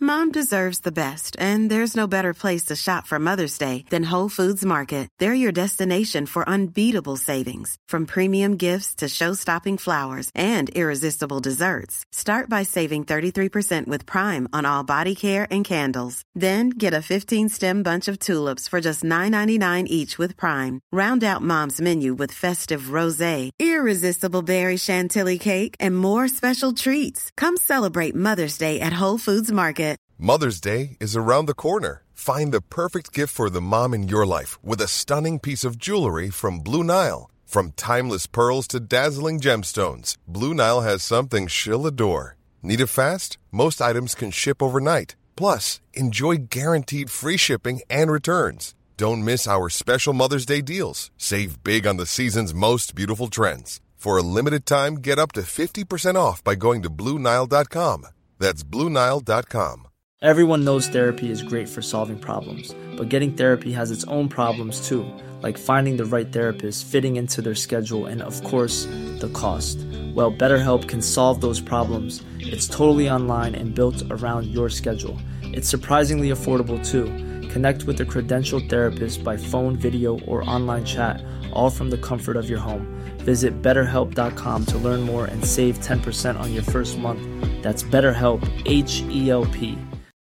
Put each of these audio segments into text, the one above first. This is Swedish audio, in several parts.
Mom deserves the best, and there's no better place to shop for Mother's Day than Whole Foods Market. They're your destination for unbeatable savings, from premium gifts to show-stopping flowers and irresistible desserts. Start by saving 33% with Prime on all body care and candles. Then get a 15-stem bunch of tulips for just $9.99 each with Prime. Round out Mom's menu with festive rosé, irresistible berry chantilly cake, and more special treats. Come celebrate Mother's Day at Whole Foods Market. Mother's Day is around the corner. Find the perfect gift for the mom in your life with a stunning piece of jewelry from Blue Nile. From timeless pearls to dazzling gemstones, Blue Nile has something she'll adore. Need it fast? Most items can ship overnight. Plus, enjoy guaranteed free shipping and returns. Don't miss our special Mother's Day deals. Save big on the season's most beautiful trends. For a limited time, get up to 50% off by going to BlueNile.com. That's BlueNile.com. Everyone knows therapy is great for solving problems, but getting therapy has its own problems too, like finding the right therapist, fitting into their schedule, and of course, the cost. Well, BetterHelp can solve those problems. It's totally online and built around your schedule. It's surprisingly affordable too. Connect with a credentialed therapist by phone, video, or online chat, all from the comfort of your home. Visit BetterHelp.com to learn more and save 10% on your first month. That's BetterHelp, H-E-L-P.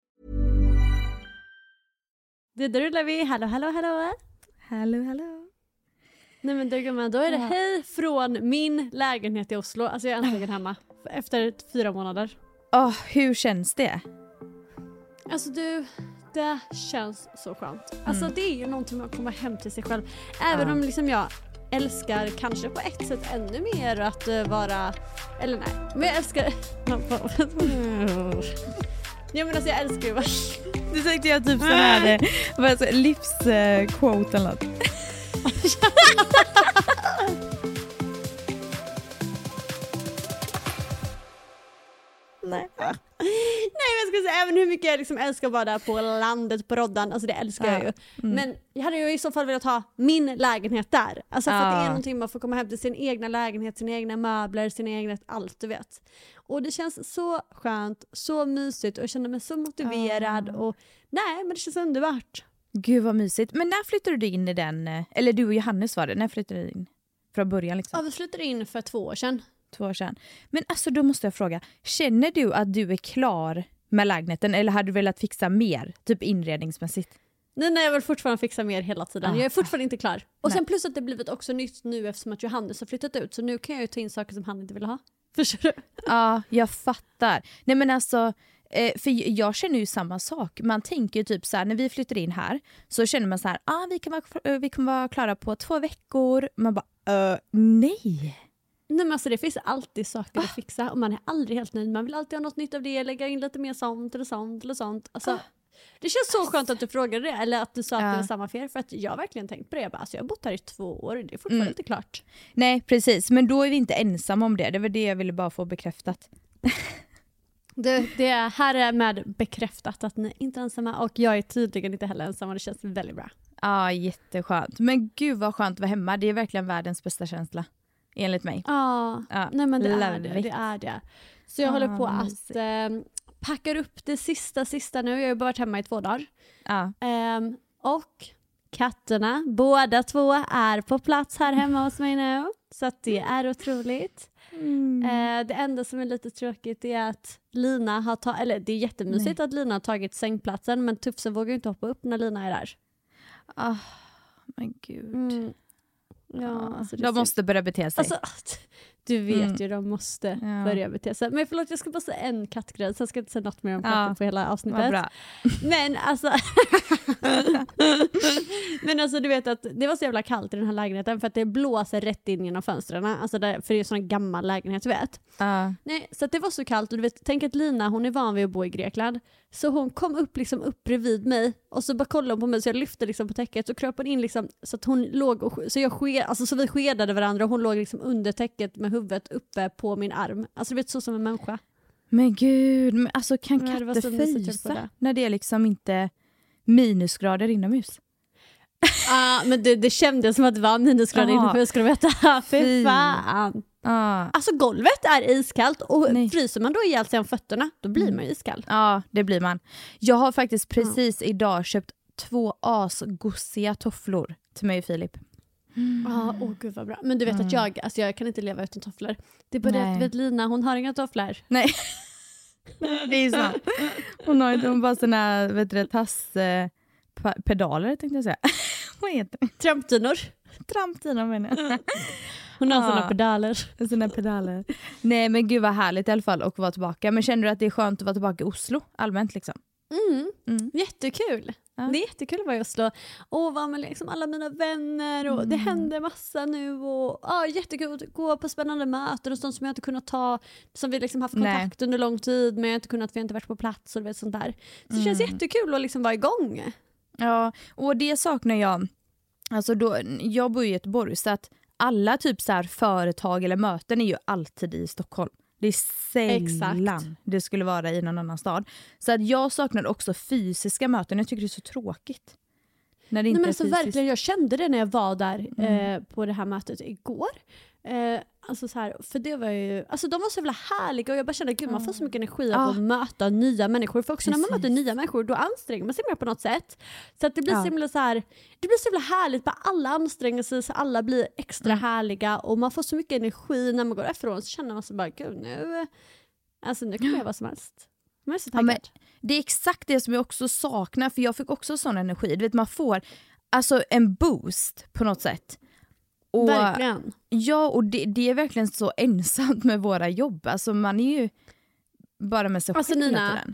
Det rullar vi. Hallå. Hallå. Nej men du gumman, då är det hej från min lägenhet i Oslo. Alltså jag är äntligen hemma. Efter 4 månader. Hur känns det? Alltså du, det känns så skönt. Alltså det är ju någonting med att komma hem till sig själv. Även om liksom jag älskar kanske på ett sätt ännu mer att vara, eller nej, men jag älskar ja men alltså jag älskar ju Du tänkte jag typ sån här livsquote eller något. Nej, jag ska säga även hur mycket jag liksom älskar att vara där på landet på Roddan, alltså det älskar jag ju. Men jag hade ju i så fall velat ha min lägenhet där. Alltså för att det är någonting man får komma hem till sin egna lägenhet, sina egna möbler, sina egna allt du vet. Och det känns så skönt, så mysigt och jag känner mig så motiverad och nej, men det känns underbart. Gud vad mysigt. Men när flyttade du in i den, eller du och Johannes var det, när flyttade du in? Från början liksom? Ja, vi flyttade in för 2 år sedan. 2 år sedan. Men alltså då måste jag fråga, känner du att du är klar med lägenheten eller hade du velat fixa mer, typ inredningsmässigt? Nej, jag vill fortfarande fixa mer hela tiden. Jag är fortfarande inte klar. Och sen plus att det blivit också nytt nu eftersom att Johannes har flyttat ut. Så nu kan jag ju ta in saker som han inte vill ha. Förstår du? Ja, jag fattar. Nej men alltså, för jag känner ju samma sak. Man tänker ju typ så här, när vi flyttar in här så känner man så här, vi kan vara klara på 2 veckor. Man bara, nej. Nej men alltså det finns alltid saker att fixa och man är aldrig helt nöjd. Man vill alltid ha något nytt av det, lägga in lite mer sånt eller sånt eller sånt. Alltså, det känns så skönt att du frågade det eller att du sa att det var samma för er, för att jag har verkligen tänkt på det. Alltså, jag har bott här i 2 år och det är fortfarande inte klart. Nej precis, men då är vi inte ensamma om det. Det var det jag ville bara få bekräftat. Det är här med bekräftat att ni inte är ensamma och jag är tydligen inte heller ensam och det känns väldigt bra. Ja, jätteskönt. Men gud vad skönt att vara hemma. Det är verkligen världens bästa känsla. Enligt mig. Ja, nej men det är det. Så jag håller på att packar upp det sista nu. Jag har ju bara varit hemma i 2 dagar. Och katterna, båda 2 är på plats här hemma hos mig nu. Så att det är otroligt. Det enda som är lite tråkigt är att Lina har eller det är jättemysigt att Lina har tagit sängplatsen, men Tufsen vågar ju inte hoppa upp när Lina är där. Men gud. Ja, alltså de måste börja bete sig. Alltså, du vet ju, de måste börja bete sig. Men förlåt, jag ska bara säga en kattgrej. Så jag ska inte säga något mer om katten på hela avsnittet. Bra. Men alltså men alltså du vet att det var så jävla kallt i den här lägenheten för att det blåser rätt in genom fönstren. Alltså för det är en sån gammal lägenhet, du vet. Nej, så att det var så kallt och du vet, tänk att Lina, hon är van vid att bo i Grekland. Så hon kom upp bredvid mig och så bara kollade hon på mig så jag lyfte liksom på täcket så kröp hon in liksom så att hon låg och, så vi skedade varandra och hon låg liksom under täcket med huvudet uppe på min arm. Alltså du vet, så som en människa. Men gud, men alltså kan katter frysa när det är liksom inte minusgrader inomhus? Men det kändes som att det var minusgrader inomhus, ska du veta. Fy fan. Alltså golvet är iskallt och fryser man då ihjäl sig om fötterna, då blir man iskall. Ja, det blir man. Jag har faktiskt precis idag köpt 2 asgossiga tofflor till mig och Filip. Gud vad bra. Men du vet att jag kan inte leva utan tofflor. Det är bara det att vet Lina, hon har inga tofflor. Nej. Det är sant. Hon bara såna, vet du, pedaler tänkte jag säga. Vad heter det? Trampdynor menar jag. Hon har såna pedaler. Nej men gud vad härligt i alla fall att vara tillbaka. Men känner du att det är skönt att vara tillbaka i Oslo allmänt liksom? Jättekul. Det är jättekul att vara i Oslo och vara med liksom alla mina vänner och det händer massa nu och jättekul att gå på spännande möten och sånt som jag inte kunnat ta, som vi liksom haft kontakt under lång tid men jag inte kunnat, vi har inte varit på plats och vet sånt där. Så det känns jättekul att liksom vara igång. Ja, och det saknar jag. Alltså jag bor i Göteborg så att alla typ så här företag eller möten är ju alltid i Stockholm. Det är sällan det skulle vara i någon annan stad. Så att jag saknar också fysiska möten. Jag tycker det är så tråkigt. När det inte är fysiskt. Verkligen, jag kände det när jag var där på det här mötet igår. Alltså så här, för det var ju, alltså de var så jävla härliga och jag bara kände gud man får så mycket energi av att möta nya människor. För också när man möter nya människor då anstränger man sig mer på något sätt. Så att det blir så himla så här, det blir så jävla härligt, bara alla anstränger sig så alla blir extra härliga och man får så mycket energi när man går efteråt så känner man sig bara gud nu kan jag vara som helst. Man är så taggad. Men det är exakt det som jag också saknar för jag fick också sån energi. Du vet man får alltså en boost på något sätt. Och, verkligen. Ja, och det är verkligen så ensamt med våra jobb. Alltså man är ju bara med sig själv hela tiden.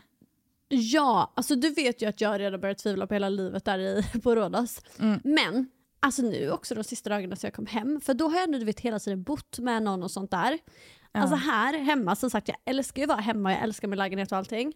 Ja, alltså du vet ju att jag redan börjat tvivla på hela livet där på Rhodos. Men alltså nu också de sista dagarna så jag kom hem. För då har jag ändå hela tiden bott med någon och sånt där. Alltså här hemma, som sagt jag älskar ju vara hemma. Jag älskar min lägenhet och allting.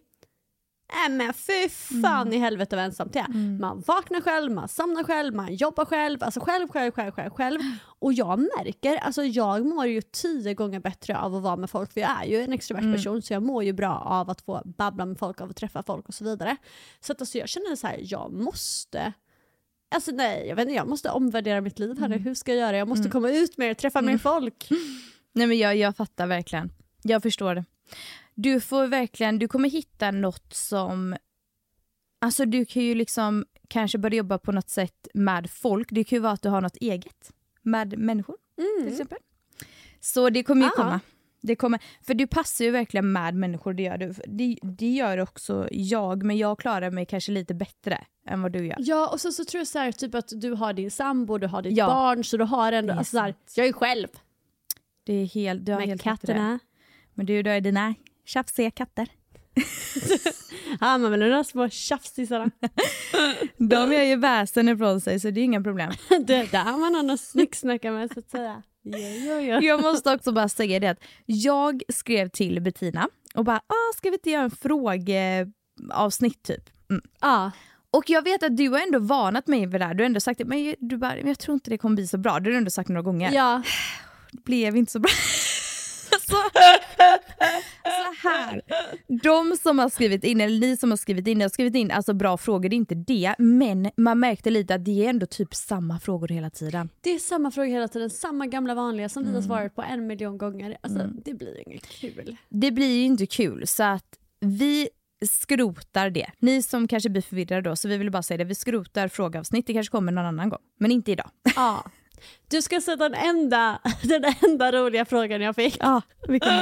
Men fy fan i helvete vad ensamt det är. Man vaknar själv, man somnar själv, man jobbar själv. Alltså själv. Och jag märker, alltså jag mår ju 10 gånger bättre av att vara med folk. För jag är ju en extrovert person så jag mår ju bra av att få babbla med folk, av att träffa folk och så vidare. Så att alltså, jag känner så här, jag måste... Alltså nej, jag vet inte, jag måste omvärdera mitt liv här. Hur ska jag göra? Jag måste komma ut mer, träffa mer folk. Nej men jag fattar verkligen. Jag förstår det. Du kommer hitta något som, alltså du kan ju liksom kanske börja jobba på något sätt med folk. Det kan ju vara att du har något eget med människor till exempel. Så det kommer ju komma. Det kommer, för du passar ju verkligen med människor, det gör du. Det gör också jag, men jag klarar mig kanske lite bättre än vad du gör. Ja, och så tror jag så här, typ att du har din sambo, du har ditt barn, så du har ändå, alltså så här, jag är själv. Det är helt, du har med helt katterna. Men du är dina tjafsiga katter. Ja, men de där små tjafsisarna. De gör ju väsen ifrån sig, så det är inga problem. Det där har man någon att snicksnacka med, så att säga. Ja. Jag måste också bara säga det att jag skrev till Bettina och bara, ska vi inte göra en frågeavsnitt typ? Och jag vet att du har ändå varnat mig för det här. Du har ändå sagt det, men jag tror inte det kommer bli så bra. Du har ändå sagt några gånger. Ja. Det blev inte så bra. Så här. De som har skrivit in, eller ni som har skrivit in alltså bra frågor, det är inte det. Men man märkte lite att det är ändå typ samma frågor hela tiden. Det är samma frågor hela tiden, samma gamla vanliga som vi har svarat på 1 miljon gånger. Alltså det blir inget kul. Det blir ju inte kul, så att vi skrotar det. Ni som kanske blir förvirrade då, så vi vill bara säga det. Vi skrotar frågeavsnitt, det kanske kommer någon annan gång. Men inte idag. Ja. Du ska sätta den enda roliga frågan jag fick. Ja, vilken?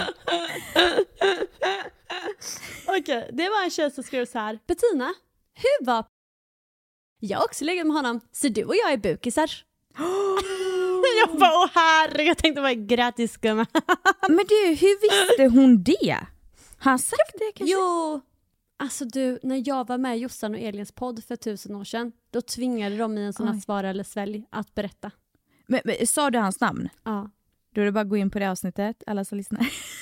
Okej, det var en tjej som skrev så här: Bettina, hur var... Jag har också legat med honom, så du och jag är bukisar. Jag bara, herregud, jag tänkte bara gratis gumma. Men du, hur visste hon det? Har han sagt det kanske? Jo, alltså du, när jag var med i Jossan och Elins podd för 1000 år sedan, då tvingade de i en sån här svara eller svälj att berätta. Men sa du hans namn? Ja. Då är det bara att gå in på det avsnittet, alla som lyssnar.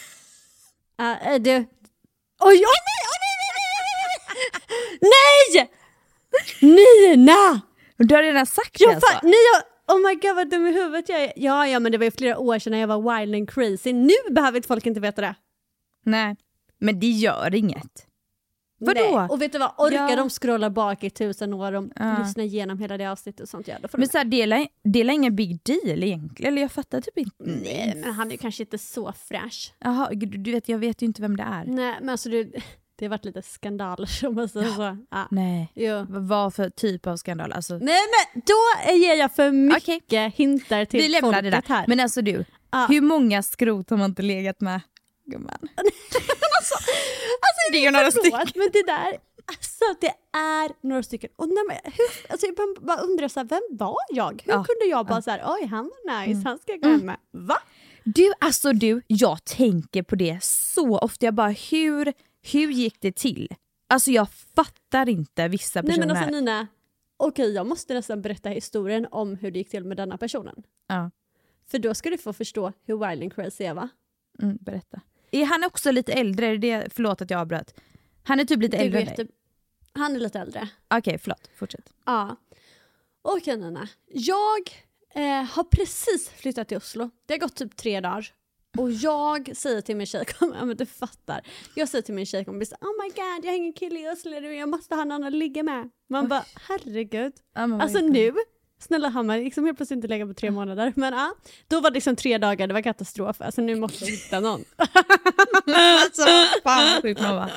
Du... Oj, nej! Nina! Du har redan sagt det alltså? Oh my god, vad dum i huvudet jag är. Ja, men det var ju flera år sedan när jag var wild and crazy. Nu behöver inte folk inte veta det. Nej, men det gör inget. Vadå? Nej. Och vet du vad, orkar de scrolla bak i 1000 år och lyssna igenom hela det avsnittet och sånt. Men så här, dela ingen big deal egentligen. Eller jag fattar typ inte. Nej, men han är kanske inte så fräsch. Jaha, du vet, jag vet ju inte vem det är. Nej, men alltså det har varit lite skandaler som man säger så. Ja. Nej, vad för typ av skandal? Alltså... Nej, men då ger jag för mycket hintar till vi lämnar det där. Här. Men alltså du, hur många skrot har man inte legat med? Gumman. alltså, det är några stycken. Men det där, alltså det är några stycken. Och alltså jag bara undrar så här, vem var jag? Hur kunde jag bara så här, oj han var nice, han ska gå hem med. Va? Jag tänker på det så ofta. Jag bara, hur gick det till? Alltså jag fattar inte vissa personer. Nej men alltså Nina, okej, jag måste nästan berätta historien om hur det gick till med denna personen. Ja. För då ska du få förstå hur wild and crazy är, va? Berätta. Är han också lite äldre? Förlåt att jag avbröt. Han är typ lite äldre. Han är lite äldre. Okej, förlåt. Fortsätt. Ja. Okej Nina. Jag har precis flyttat till Oslo. Det har gått typ 3 dagar. Och jag säger till min tjejkompis, men du fattar. Jag säger till min tjejkompis, oh my god, jag har ingen kille i Oslo, jag måste ha någon att ligga med. Man bara, herregud. Alltså nu, snälla han man liksom helt plötsligt inte lägga på 3 månader. Men då var det liksom 3 dagar, det var katastrof. Alltså nu måste jag hitta någon. Alltså, fan sjukt mamma.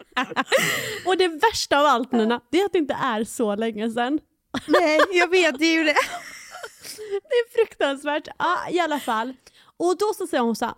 Och det värsta av allt Nina, det är att det inte är så länge sedan. Nej, jag vet ju det. Det är fruktansvärt. Ja, i alla fall. Och då så säger hon så här,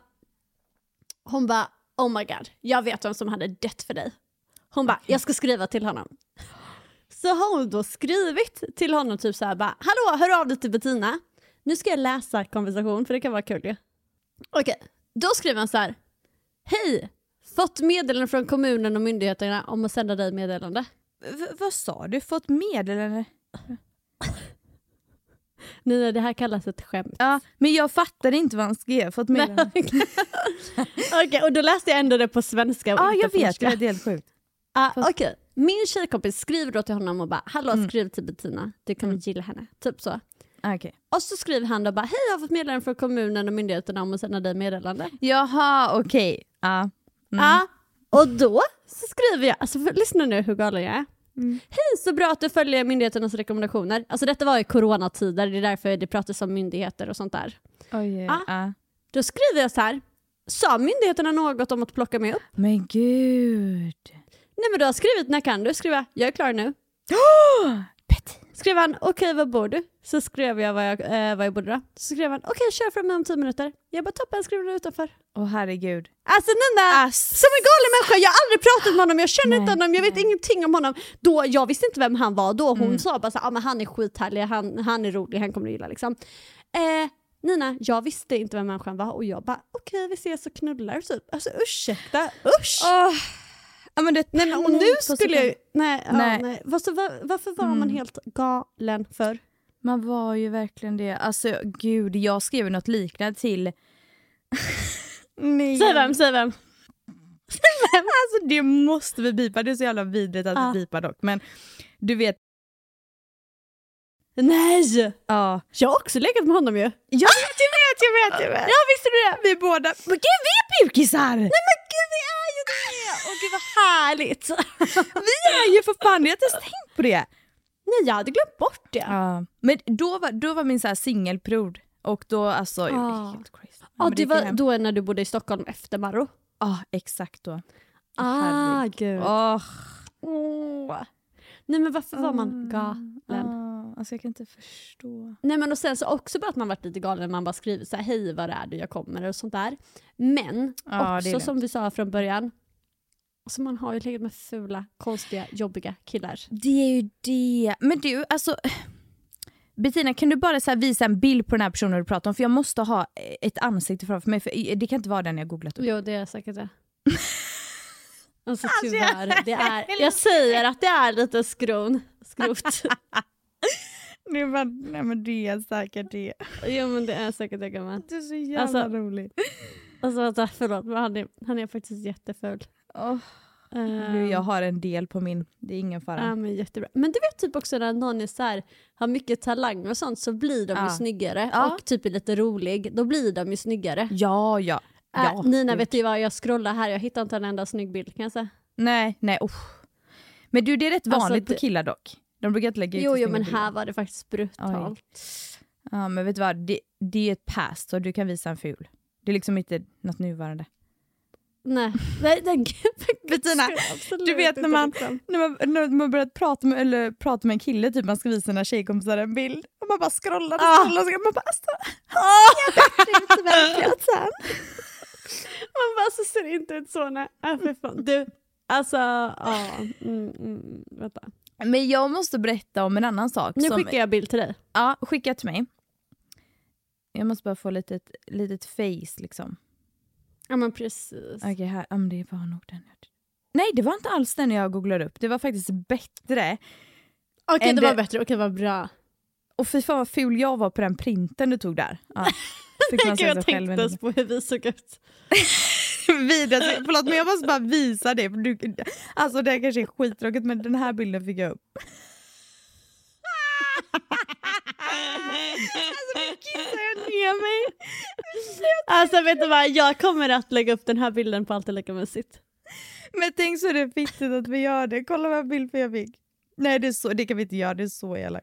hon bara, oh my god, jag vet vem som hade dött för dig. Hon bara, jag ska skriva till honom. Så har hon då skrivit till honom typ så här, bara, hallå, hör av dig till Bettina. Nu ska jag läsa konversation, för det kan vara kul ju. Okej, då skriver han så här, hej, fått meddelande från kommunen och myndigheterna om att sända dig meddelande. Vad sa du? Fått meddelande? Nej, det här kallas ett skämt. Ja, men jag fattade inte vad han skrev. Fått meddelande. Okej, och då läste jag ändå det på svenska. Ja, jag vet. Det är helt sjukt. Okej. Min tjejkompis skriver då till honom och bara, hallå, skriv till Bettina. Du kommer gilla henne. Typ så. Okay. Och så skriver han då bara, hej, jag har fått meddelande från kommunen och myndigheterna om att sända dig meddelande. Jaha, okej. Ja, och då så skriver jag, alltså lyssna nu hur galen jag är. Hej, så bra att du följer myndigheternas rekommendationer. Alltså detta var i coronatider, det är därför det pratas om myndigheter och sånt där. Då skriver jag så här, sa myndigheterna något om att plocka mig upp? Men gud. Nej, men du har skrivit, när kan du? Skriva, jag är klar nu. Skrev han, okej, var bor du? Så skrev jag var jag bodde då. Så skrev han, okej, kör fram mig om 10 minuter. Jag bara, toppen, skriver du utanför. Herregud. Alltså Nina, som en galen människa. Jag har aldrig pratat med honom, jag känner inte honom, jag vet ingenting om honom. Då, jag visste inte vem han var då. Hon sa bara så, men han är skithärlig, han är rolig, han kommer att gilla liksom. Nina, jag visste inte vem människan var. Och jag bara, okej, vi ses och knullar typ. Alltså ursäkta, usch. Men det, nej, men och nu skulle jag nej. Varför var man helt galen för? Man var ju verkligen det. Alltså gud, jag skrev något liknande till Säg vem? Alltså det måste vi bipa. Det är så jävla vidrigt att bipa dock. Men du vet. Nej! Ja. Jag har också legat med honom ju. Jag vet. Ja, visste du det? Vi båda. Men gud, vi är bukisar! Nej men gud, vi är ju det! Åh gud vad härligt. Vi är ju för fan, jag har inte tänkt på det. Nej, jag hade glömt bort det. Ja. Men då var min så här singelprod. Och då alltså, helt crazy. Ja, det var då när du bodde i Stockholm efter Marro. Ja, exakt då. Gud. Nej men varför var man galen? Alltså jag kan inte förstå. Nej men och sen så också bara att man varit lite galen när man bara skriver så här, hej var är du, jag kommer och sånt där. Men också som vi sa från början, alltså man har ju legat med fula, konstiga, jobbiga killar. Det är ju det. Men du, alltså Bettina, kan du bara så här visa en bild på den här personen du pratar om? För jag måste ha ett ansikte för mig, för det kan inte vara den jag googlat upp. Jo, det är säkert det. Alltså tyvärr, jag säger att det är lite skrot. Nej men det är säkert det. Jo men det är säkert det, gumman. Det är så jävla roligt. Alltså förlåt, men han är faktiskt jättefull. Jag har en del på min, det är ingen fara. Ja men jättebra. Men du vet typ också när någon är så här, har mycket talang och sånt, så blir de ju snyggare. Och typ är lite rolig, då blir de ju snyggare. Ja. Nina, vet du vad, jag scrollar här, jag hittar inte en enda snygg bild kan jag säga. Nej. Men du, det är rätt vanligt på killar dock. De brukar inte lägga ut. Jo, men här var det faktiskt brutalt. Oj. Ja, men vet du vad? Det är ett past, så du kan visa en ful. Det är liksom inte något nuvarande. Nej, Bettina, du vet när man börjar prata med en kille, typ man ska visa sina tjejkompisar en bild och man bara scrollar och man bara man bara så ser det inte ut så. Nej, för fan. Du, alltså vänta. Men jag måste berätta om en annan sak. Nu skickar jag bild till dig. Ja, skicka till mig. Jag måste bara få litet face liksom. Ja, men precis. Okej, här. Det var nog den. Nej, det var inte alls den jag googlade upp. Det var faktiskt bättre. Okej, det var bättre. Okej, det var bra. Och fy fan vad ful jag var på den printen du tog där. Ja. Jag tänkte oss på hur vi såg ut. Förlåt, men jag måste bara visa det. Alltså det kanske är skittråkigt, men den här bilden fick jag upp. Alltså nu kissar jag ner mig. Alltså vet du vad, jag kommer att lägga upp den här bilden på Allt är lika mysigt. Men tänk så det är viktigt att vi gör det. Kolla vad bild jag fick. Nej, det kan vi inte göra, det är så elakt.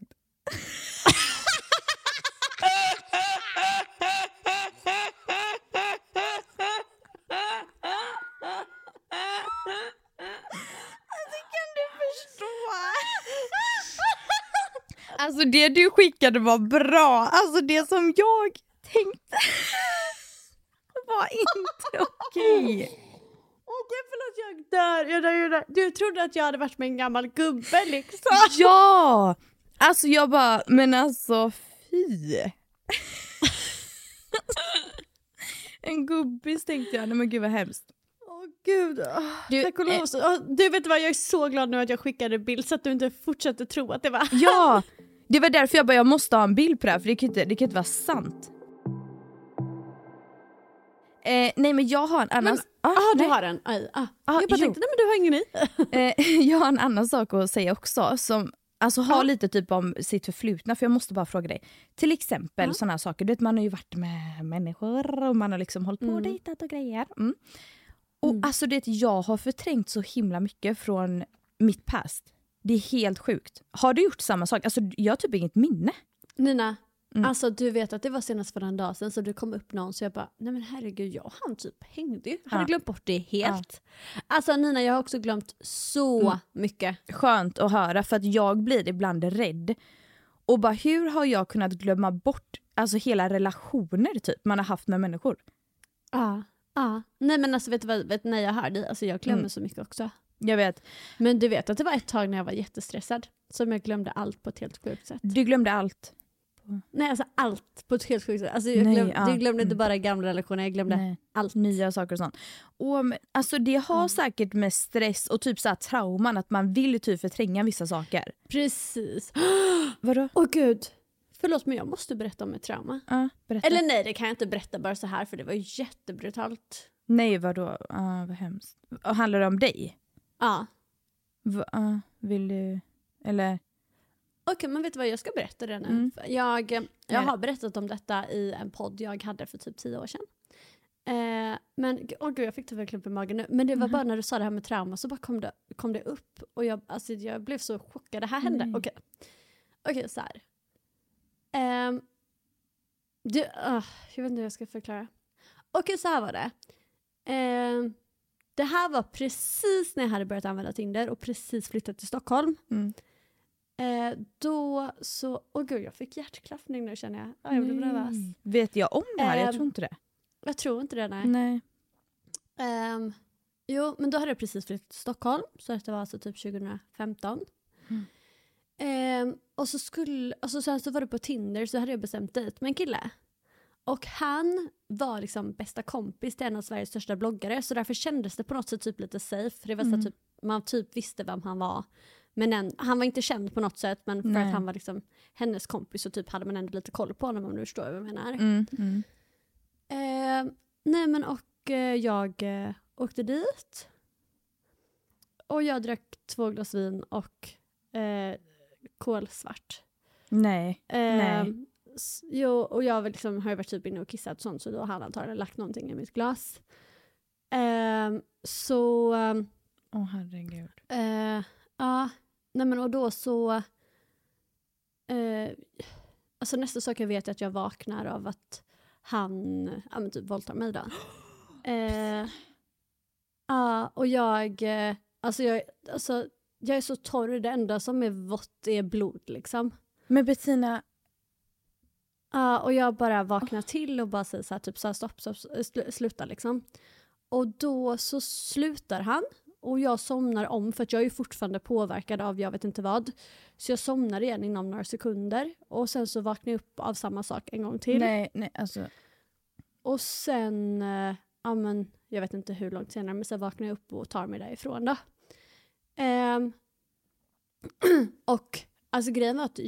Alltså det du skickade var bra. Alltså det som jag tänkte var inte okej. Okej, förlåt, jag dör. Du trodde att jag hade varit med en gammal gubbe liksom. Ja! Alltså jag bara, men alltså fy. En gubbis tänkte jag. Nej men gud vad hemskt. Gud. Du vet vad, jag är så glad nu att jag skickade bild så att du inte fortsätter tro att det var. Ja, det var därför jag måste ha en bild på det här, för det kan inte vara sant. Nej men jag har en annan... du har en. Jag bara tänkte, nej men du har ingen i. Jag har en annan sak att säga också som alltså har lite typ om sitt förflutna, för jag måste bara fråga dig. Till exempel sådana här saker, du vet, man har ju varit med människor och man har liksom hållit på och dejtat och grejer. Och alltså det jag har förträngt så himla mycket från mitt past. Det är helt sjukt. Har du gjort samma sak? Alltså jag har typ inget minne. Nina, alltså du vet att det var senast för en dag sedan så du kom upp någon så jag bara, nej men herregud, han typ hängde ju. Hade glömt bort det helt. Alltså Nina, jag har också glömt så mycket. Skönt att höra, för att jag blir ibland rädd. Och bara hur har jag kunnat glömma bort alltså hela relationer typ man har haft med människor? Nej men alltså vet du vad, när jag hör dig, alltså jag glömmer så mycket också. Jag vet. Men du vet att det var ett tag när jag var jättestressad som jag glömde allt på ett helt sjukt sätt. Du glömde allt? Nej, alltså allt på ett helt sjukt sätt. Alltså jag glömde inte bara gamla relationer, jag glömde allt. Nya saker och sånt. Och alltså det har säkert med stress och typ så här trauman att man vill typ förtränga vissa saker. Precis. Vadå? Åh gud. Förlåt, men jag måste berätta om ett trauma. Berätta. Eller nej, det kan jag inte berätta bara så här, för det var jättebrutalt. Nej, vadå? Vad hemskt. Handlar det om dig? Ja. Vill du... Eller... Okej, men vet du vad, jag ska berätta det nu. Jag har berättat om detta i en podd jag hade för typ 10 år sedan. Men gud, jag fick det verkligen på magen nu. Men det var bara när du sa det här med trauma så bara kom det upp. Och jag blev så chockad. Det här hände. Okej, så här. Jag vet inte hur jag ska förklara. Okej, så här var det. Det här var precis när jag hade börjat använda Tinder och precis flyttat till Stockholm. Då så... gud, jag fick hjärtklappning nu känner jag. Jag blev nervös. Vet jag om det här? Jag tror inte det. Jag tror inte det, nej. Jo, men då hade jag precis flyttat till Stockholm. Så det var alltså typ 2015. Och så sen så var det på Tinder så hade jag bestämt dejt med en kille. Och han var liksom bästa kompis till en av Sveriges största bloggare. Så därför kändes det på något sätt typ lite safe. För det var så typ, man typ visste vem han var. Men han var inte känd på något sätt. Men för att han var liksom hennes kompis så typ hade man ändå lite koll på honom, om du förstår vad jag menar. Nej men och jag åkte dit. Och jag drack 2 glas vin och kolsvart. Nej. Jo, och jag liksom, har varit typ inne och kissat sånt, så då har han antagligen lagt någonting i mitt glas. Herregud. Ja, nej men och då så... alltså nästa sak jag vet är att jag vaknar av att han typ våldtar mig då. Och jag är så torr, det enda som är vått är blod liksom. Men Bettina... och jag bara vaknar till och bara säger så här, typ så här, stopp, sluta liksom. Och då så slutar han och jag somnar om för att jag är fortfarande påverkad av jag vet inte vad. Så jag somnar igen inom några sekunder och sen så vaknar jag upp av samma sak en gång till. Nej, alltså. Och sen, jag vet inte hur långt senare, men sen vaknar jag upp och tar mig därifrån då. Och alltså grejen var att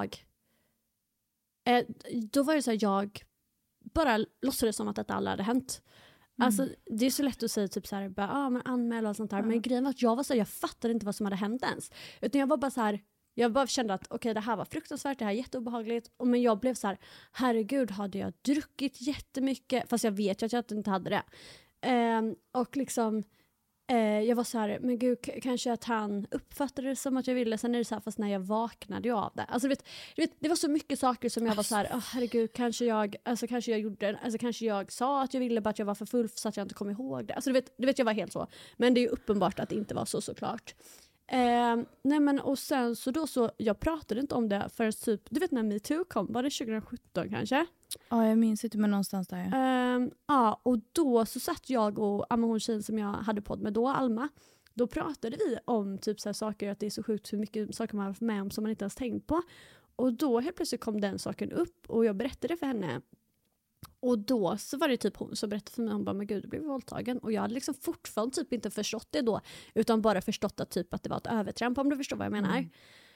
då var det så här, jag bara låtsades som att detta aldrig hade hänt. Alltså det är så lätt att säga typ så här, men anmäla och sånt där. Men grejen var att jag var så här, jag fattade inte vad som hade hänt ens. Utan jag var bara så här, jag bara kände att okej, det här var fruktansvärt, det här är jätteobehagligt. Men jag blev så här, herregud, hade jag druckit jättemycket? Fast jag vet ju att jag inte hade det. Och liksom jag var så här, men gud, kanske att han uppfattade det som att jag ville. Sen är det så här, fast när jag vaknade ju av det. Alltså du vet, det var så mycket saker som jag var så här, herregud, kanske jag gjorde, alltså kanske jag sa att jag ville, bara att jag var för full så att jag inte kom ihåg det. Alltså du vet jag var helt så. Men det är ju uppenbart att det inte var så såklart. Nej men och sen så jag pratade inte om det för typ, du vet när MeToo kom, var det 2017 kanske? Ja, jag minns inte, men någonstans där. Och då så satt jag och hon tjejen som jag hade podd med då, Alma. Då pratade vi om typ så här saker, att det är så sjukt hur mycket saker man har varit med om som man inte ens tänkt på. Och då helt plötsligt kom den saken upp och jag berättade för henne. Och då så var det typ hon som berättade för mig, hon bara, men gud, du blev våldtagen. Och jag hade liksom fortfarande typ inte förstått det då, utan bara förstått att typ att det var ett övertramp, om du förstår vad jag menar.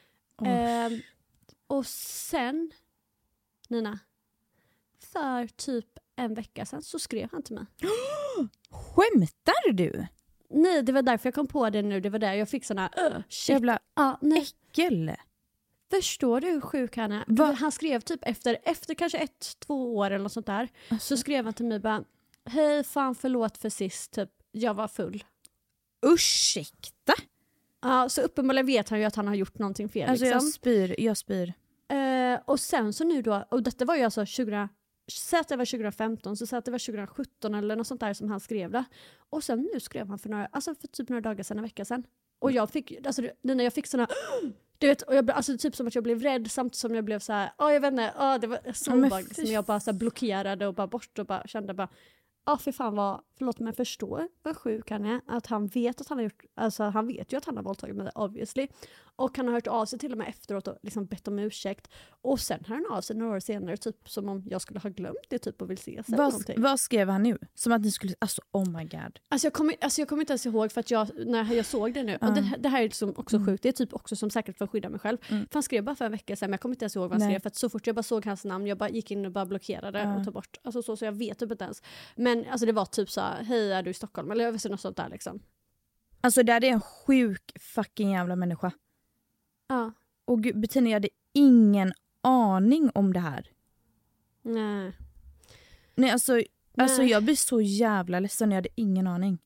Och sen, Nina, för typ en vecka sedan så skrev han till mig. Skämtar du? Nej, det var därför jag kom på det nu. Det var där jag fick såna shit. Jävla äckel. Förstår du hur sjuk han är? Han skrev typ efter kanske 1-2 år eller något sånt där. Så skrev han till mig bara, hej, fan förlåt för sist, typ, jag var full. Ursäkta? Ja, så uppenbarligen vet han ju att han har gjort någonting fel. Alltså liksom. jag spyr. Och sen så nu då, och detta var ju alltså säg att det var 2015, så säg att det var 2017 eller något sånt där som han skrev det. Och sen nu skrev han för typ några dagar sedan, en vecka sedan. Och jag fick, alltså när jag fick såna, du vet, och jag, alltså typ som att jag blev rädd samtidigt som jag blev så här, jag vet inte, det var så obehagligt som jag bara så här blockerade och bara bort och bara kände bara, för fan förlåt, men förstå vad sjuk han är, att han vet att han har gjort, alltså han vet ju att han har våldtagit mig, obviously, och han har hört av sig till och med efteråt och liksom bett om ursäkt, och sen har han av sig några år senare typ som om jag skulle ha glömt det typ och vill ses eller någonting. Vad skrev han nu? Som att ni skulle, alltså oh my god. Alltså jag kommer inte ens ihåg, för att när jag såg det nu, och det här är liksom också sjukt, det är typ också som säkert för att skydda mig själv, för han skrev bara för en vecka sedan, men jag kommer inte ens ihåg vad han skrev, för att så fort jag bara såg hans namn, jag bara gick in och bara blockerade och tog bort, alltså så jag vet typ inte ens, men alltså det var typ så här, hej, är du i Stockholm? Eller jag vet inte, något sånt där liksom. Alltså det är en sjuk fucking jävla människa. Ja. Och gud, Bettina, jag hade ingen aning om det här. Nej, alltså jag blir så jävla ledsen, jag hade ingen aning.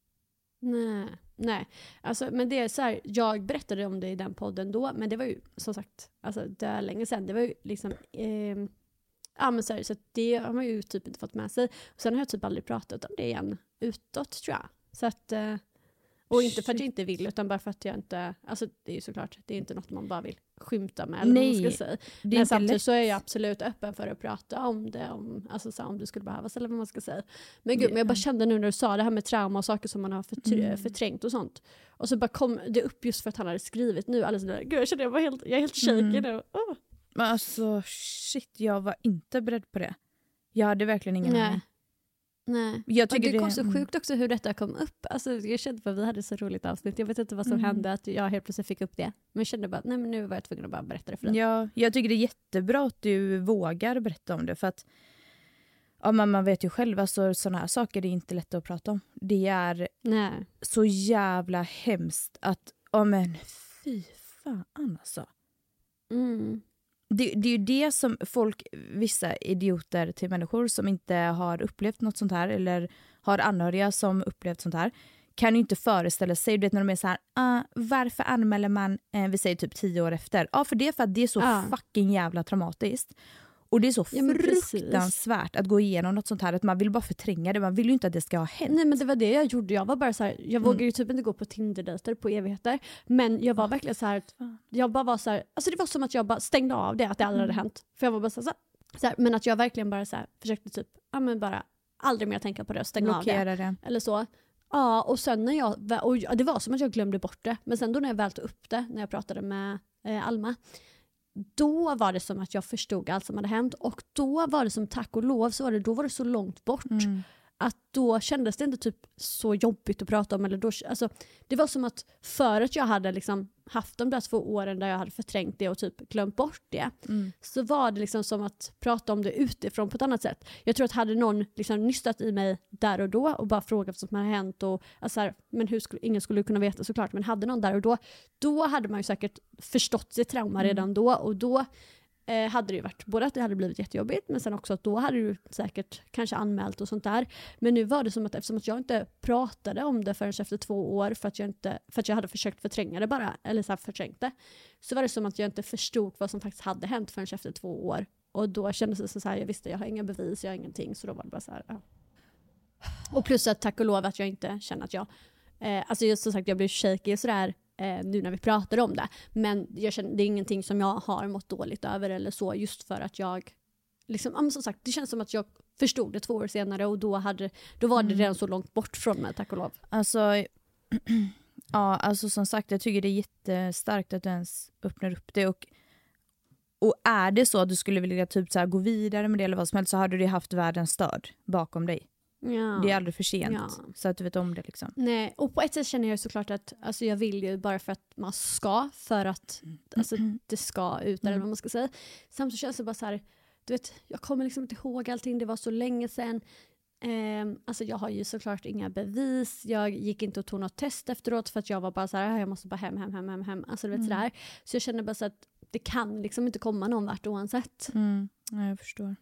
Nej. Alltså, men det är så här, jag berättade om det i den podden då, men det var ju som sagt, alltså det är länge sedan, det var ju liksom men så det har man ju typ inte fått med sig. Och sen har jag typ aldrig pratat om det igen utåt, tror jag. Så att, och inte för att jag inte vill, utan bara för att jag inte, alltså det är ju såklart, det är inte något man bara vill skymta med, eller vad man ska säga. Men samtidigt så är jag absolut öppen för att prata om det, alltså så om det skulle behövas, eller vad man ska säga. Men gud, men jag bara kände nu när du sa det här med trauma och saker som man har förträngt och sånt. Och så bara kom det upp just för att han hade skrivit nu alldeles där. Gud, jag kände jag är helt shaky nu. Men alltså shit, jag var inte beredd på det. Jag hade verkligen ingen aning. Nej. Jag tycker det kom så sjukt också hur detta kom upp. Alltså, jag kände att vi hade så roligt avsnitt. Jag vet inte vad som hände att jag helt plötsligt fick upp det. Men jag kände bara nej, men nu var jag tvungen att bara berätta det för dig. Ja, jag tycker det är jättebra att du vågar berätta om det. För att man vet ju själv, alltså, sådana här saker är inte lätt att prata om. Det är så jävla hemskt att, men fy fan alltså. Det är ju det som vissa idioter till människor som inte har upplevt något sånt här eller har anhöriga som upplevt sånt här, kan ju inte föreställa sig, du vet, när de är så här, varför anmäler man, vi säger typ 10 år efter? Ja, för det är för att det är så fucking jävla traumatiskt. Och det är så fruktansvärt att gå igenom något sånt här, att man vill bara förtränga det, man vill ju inte att det ska ha hänt. Nej, men det var det jag gjorde, jag var bara så här, jag vågade ju typ inte gå på Tinder-dejter på evigheter, men jag var verkligen så här, jag bara var så här, alltså det var som att jag bara stängde av det, att det aldrig hade hänt. För jag var bara så här, men att jag verkligen bara så här, försökte typ, men bara aldrig mer tänka på det och stänga av det. Eller så. Ja, och sen när och det var som att jag glömde bort det, men sen då när jag väl tog upp det, när jag pratade med Alma, då var det som att jag förstod allt som hade hänt, och då var det som, tack och lov, då var det så långt bort att då kändes det inte typ så jobbigt att prata om, eller då, alltså, det var som att för att jag hade liksom haft de där 2 åren där jag hade förträngt det och typ glömt bort det, så var det liksom som att prata om det utifrån på ett annat sätt. Jag tror att hade någon liksom nystat i mig där och då och bara frågat vad som hade hänt, och alltså här, men ingen skulle kunna veta såklart, men hade någon där och då hade man ju säkert förstått sitt trauma redan då, och då hade det ju varit både att det hade blivit jättejobbigt, men sen också att då hade du säkert kanske anmält och sånt där. Men nu var det som att eftersom att jag inte pratade om det förrän efter 2 år, för att jag hade försökt förtränga det bara, eller så här förträngt det, så var det som att jag inte förstod vad som faktiskt hade hänt förrän efter 2 år. Och då kändes det så här, jag visste, jag har inga bevis, jag har ingenting, så då var det bara så här. Ja. Och plus att tack och lov att jag inte känner att jag alltså just som sagt, jag blev shaky och sådär nu när vi pratar om det, men jag känner, det är ingenting som jag har mått dåligt över eller så, just för att jag liksom, som sagt, det känns som att jag förstod det 2 år senare, och då var det redan så långt bort från mig, tack och lov. Alltså ja, alltså som sagt, jag tycker det är jättestarkt att du ens öppnar upp det, och är det så att du skulle vilja typ så här gå vidare med det eller vad som helst, så hade du haft världens stöd bakom dig. Ja. Det är aldrig för sent, så att du vet om det liksom. Nej, och på ett sätt känner jag såklart att alltså jag vill ju bara för att man ska, för att alltså, det ska ut, eller vad man ska säga. Samtidigt känns det bara så här, du vet, jag kommer liksom inte ihåg allting, det var så länge sedan. Alltså jag har ju såklart inga bevis, jag gick inte och tog något test efteråt, för att jag var bara så här, jag måste bara hem. Alltså du vet sådär. Så jag känner bara så att det kan liksom inte komma någon vart oavsett. Ja, jag förstår.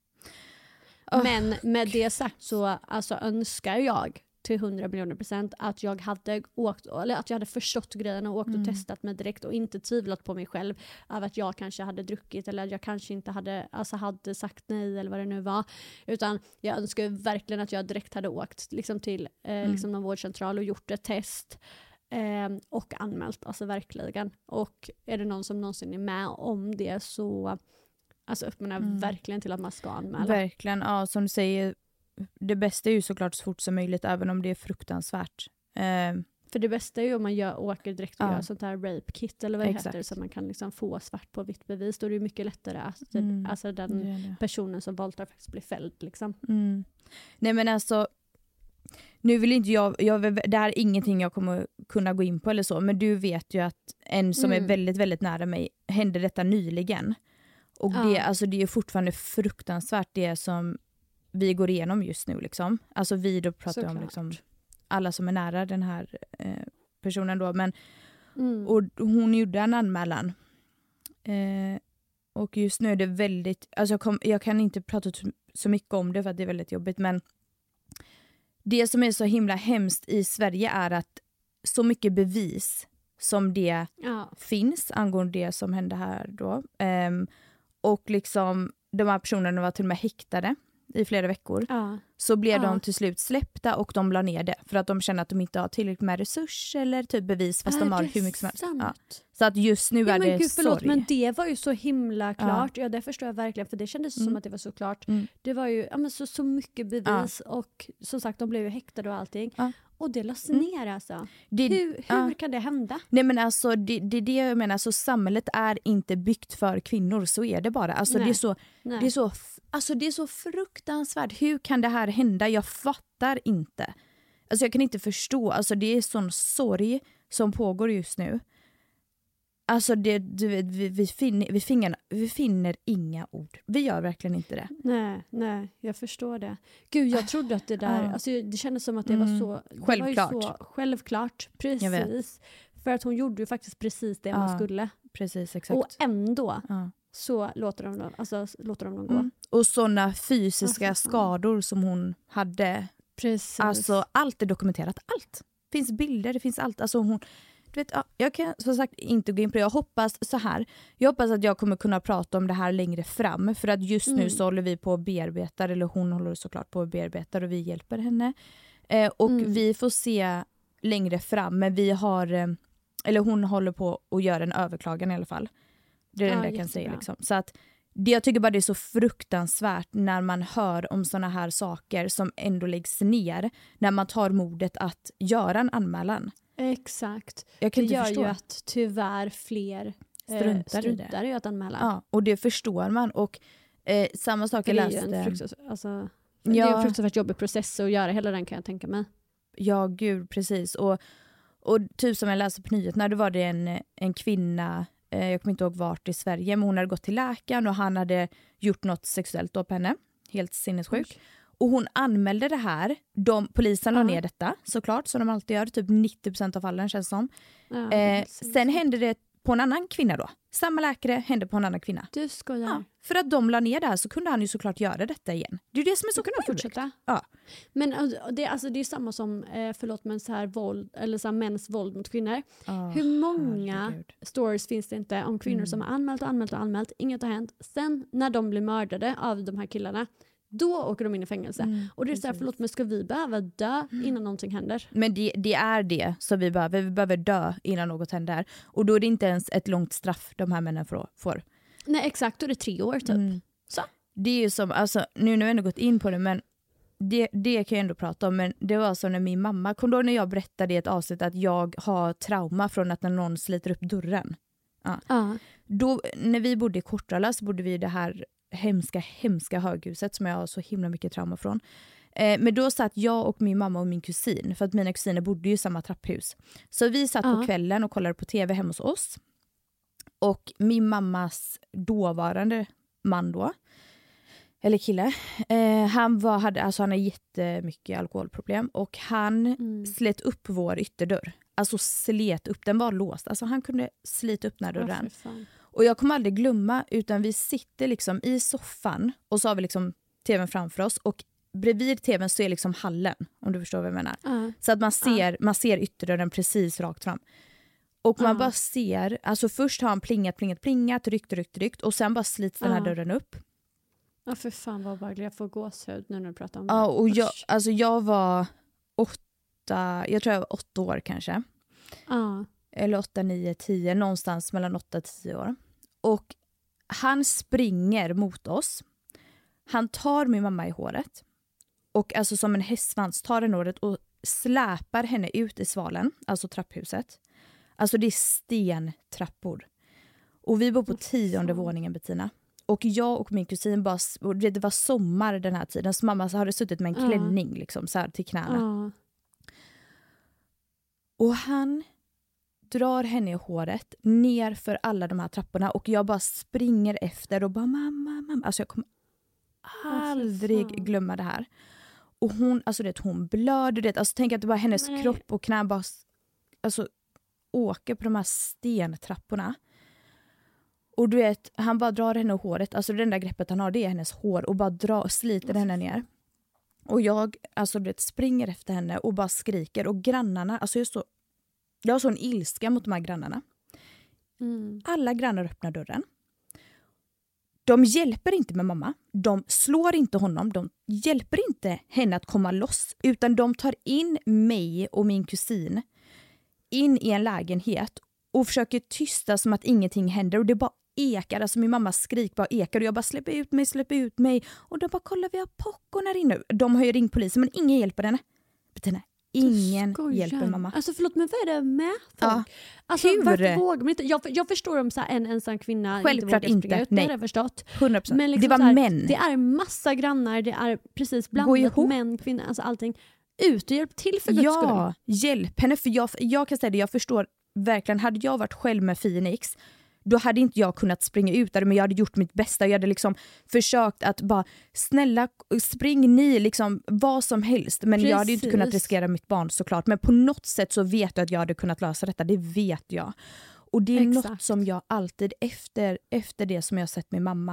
Men med det sagt så alltså, önskar jag till 100 miljoner % att jag hade åkt, eller att jag hade förstått grejen och åkt och testat mig direkt, och inte tvivlat på mig själv av att jag kanske hade druckit, eller att jag kanske inte hade sagt nej, eller vad det nu var, utan jag önskar verkligen att jag direkt hade åkt liksom till liksom någon vårdcentral och gjort ett test och anmält, alltså verkligen. Och är det någon som någonsin är med om det, så alltså uppmanar verkligen till att man ska anmäla. Verkligen, ja, som du säger, det bästa är ju såklart så fort som möjligt, även om det är fruktansvärt. För det bästa är ju om man åker direkt och gör sånt här rape kit, eller vad det heter, så man kan liksom få svart på vitt bevis. Då är det mycket lättare att alltså den personen som våldtar faktiskt blir fälld liksom. Nej, men alltså, nu vill inte jag det här är ingenting jag kommer kunna gå in på eller så, men du vet ju att en som är väldigt, väldigt nära mig, hände detta nyligen. Och det är fortfarande fruktansvärt, det som vi går igenom just nu liksom. Alltså vi då pratar om liksom alla som är nära den här personen då, men och hon gjorde en anmälan. Och just nu är det väldigt, alltså jag kan inte prata så mycket om det för att det är väldigt jobbigt, men det som är så himla hemskt i Sverige är att så mycket bevis som det finns angående det som hände här då. Och liksom de här personerna var till och med häktade i flera veckor. Så blev de till slut släppta, och de la ner det för att de känner att de inte har tillräckligt med resurs eller typ bevis, fast de har hur mycket som helst. Så att just nu är det gud, förlåt, sorg. men det var ju så himla klart. Ja, det förstår jag verkligen, för det kändes som att det var så klart. Det var ju så mycket bevis, och som sagt, de blev ju häktade och allting. Och det lades ner alltså. Hur kan det hända? Nej, men alltså det är det jag menar, alltså samhället är inte byggt för kvinnor, så är det bara. Alltså det är så fruktansvärt. Hur kan det här hända? Jag fattar inte. Alltså jag kan inte förstå. Alltså det är sån sorg som pågår just nu. Alltså vi finner inga ord. Vi gör verkligen inte det. Nej, jag förstår det. Gud, jag trodde att det där, alltså det kändes som att det var så självklart. Det var ju så självklart, precis. För att hon gjorde ju faktiskt precis det man skulle. Precis, exakt. Och ändå så låter de dem gå. Och såna fysiska skador som hon hade. Precis. Alltså allt är dokumenterat, allt. finns bilder, det finns allt. Alltså hon, du vet, jag kan som sagt inte gå in på det. Jag hoppas att jag kommer kunna prata om det här längre fram. För att just nu så håller vi på att bearbeta, eller hon håller såklart på att bearbeta och vi hjälper henne. Och vi får se längre fram, men vi har, eller hon håller på att göra en överklagan i alla fall. Det är det enda jag kan säga liksom. Så att jag tycker bara det är så fruktansvärt när man hör om såna här saker som ändå läggs ner när man tar modet att göra en anmälan. Exakt. Jag kan det inte gör förstå. Ju att tyvärr fler struntar i att anmäla. Ja, och det förstår man. Och samma sak jag läste. Det är en fruktansvärt jobbig process att göra hela den, kan jag tänka mig. Ja, gud, precis. Och typ som jag läste på nyheterna, då var det en kvinna, jag kommer inte ihåg vart i Sverige, men hon hade gått till läkaren och han hade gjort något sexuellt då på henne. Helt sinnessjuk. Och hon anmälde det här. Polisen la ner detta, såklart, som de alltid gör. Typ 90% av fallen, känns som. Sen hände det på en annan kvinna då. Samma läkare hände på en annan kvinna. Du skojar. Ja, för att de la ner det här så kunde han ju såklart göra detta igen. Det är det som är så kul. Fortsätta. Ja. Men det är samma som så här våld, eller så här mäns våld mot kvinnor. Hur många stories finns det inte om kvinnor som har anmält, inget har hänt. Sen när de blir mördade av de här killarna, då åker de in i fängelse. Och det är så här, förlåt, men ska vi behöva dö innan någonting händer? Men det är det som vi behöver dö innan något händer. Och då är det inte ens ett långt straff de här männen får. Nej, exakt, då är det 3 år typ. Så. Det är ju som, alltså, nu har jag ändå gått in på det, men det kan jag ändå prata om. Men det var så när min mamma, kom då när jag berättade i ett avsnitt att jag har trauma från att när någon sliter upp dörren. Då, när vi bodde i Kortrala så bodde vi i det här hemska höghuset som jag har så himla mycket trauma från. Men då satt jag och min mamma och min kusin, för att mina kusiner bodde ju i samma trapphus. Så vi satt på kvällen och kollade på tv hemma hos oss. Och min mammas dåvarande man då, eller kille, han hade jättemycket alkoholproblem och han slet upp vår ytterdörr. Alltså slet upp, den var låst. Alltså han kunde slita upp den här dörren. Och jag kommer aldrig glömma, utan vi sitter liksom i soffan och så har vi liksom tvn framför oss och bredvid tvn så är liksom hallen, om du förstår vad jag menar. Så att man ser ytterdörren precis rakt fram. Och man bara ser, alltså först har han plingat, ryckt och sen bara slits den här dörren upp. Ja, för fan vad obehagligt. Jag får gåshud nu när du pratar om det. Ja, och jag var 8 år kanske. Eller 8, 9, 10, någonstans mellan 8 och 10 år. Och han springer mot oss. Han tar min mamma i håret. Och alltså som en hästsvans tar den håret och släpar henne ut i svalen, alltså trapphuset. Alltså det är stentrappor. Och vi bor på 10:e våningen, Bettina. Och jag och min kusin det var sommar den här tiden, så mamma hade suttit med en klänning liksom, så här till knäna. Och han drar henne i håret ner för alla de här trapporna och jag bara springer efter och bara mamma. Alltså jag kommer aldrig glömma det här. Och hon, alltså hon blöder, alltså tänk att det var hennes kropp och knä bara alltså åker på de här stentrapporna. Och du vet, han bara drar henne i håret, alltså det enda greppet han har det är hennes hår och bara sliter henne ner. Och jag springer efter henne och bara skriker och grannarna, alltså jag har sån ilska mot de här grannarna. Alla grannar öppnar dörren. De hjälper inte med mamma. De slår inte honom. De hjälper inte henne att komma loss. Utan de tar in mig och min kusin in i en lägenhet och försöker tysta som att ingenting händer. Och det bara ekar. Alltså min mammas skrik bara ekar. Och jag bara släpp ut mig. Och de bara kollar, vi har popcorn här inne. De har ju ringt polisen men ingen hjälper henne. Bettina, ingen hjälper mamma. Alltså förlåt, men vad är det med folk? Ja. Alltså, varför vågar man inte? Jag förstår om så här, en ensam kvinna självklart inte vågar springa ut. Nej. Det har jag förstått. 100%. Men liksom det var så här, män. Det är massa grannar. Det är precis blandat män, kvinnor. Alltså allting. Ut och hjälp till för Guds skull. Ja, hjälp henne. För jag kan säga det, jag förstår verkligen. Hade jag varit själv med Phoenix, då hade inte jag kunnat springa ut där, men jag hade gjort mitt bästa. Jag hade liksom försökt att bara, snälla spring ni liksom vad som helst. Men jag hade inte kunnat riskera mitt barn såklart. Men på något sätt så vet jag att jag hade kunnat lösa detta. Det vet jag. Och det är något som jag alltid efter det som jag sett min mamma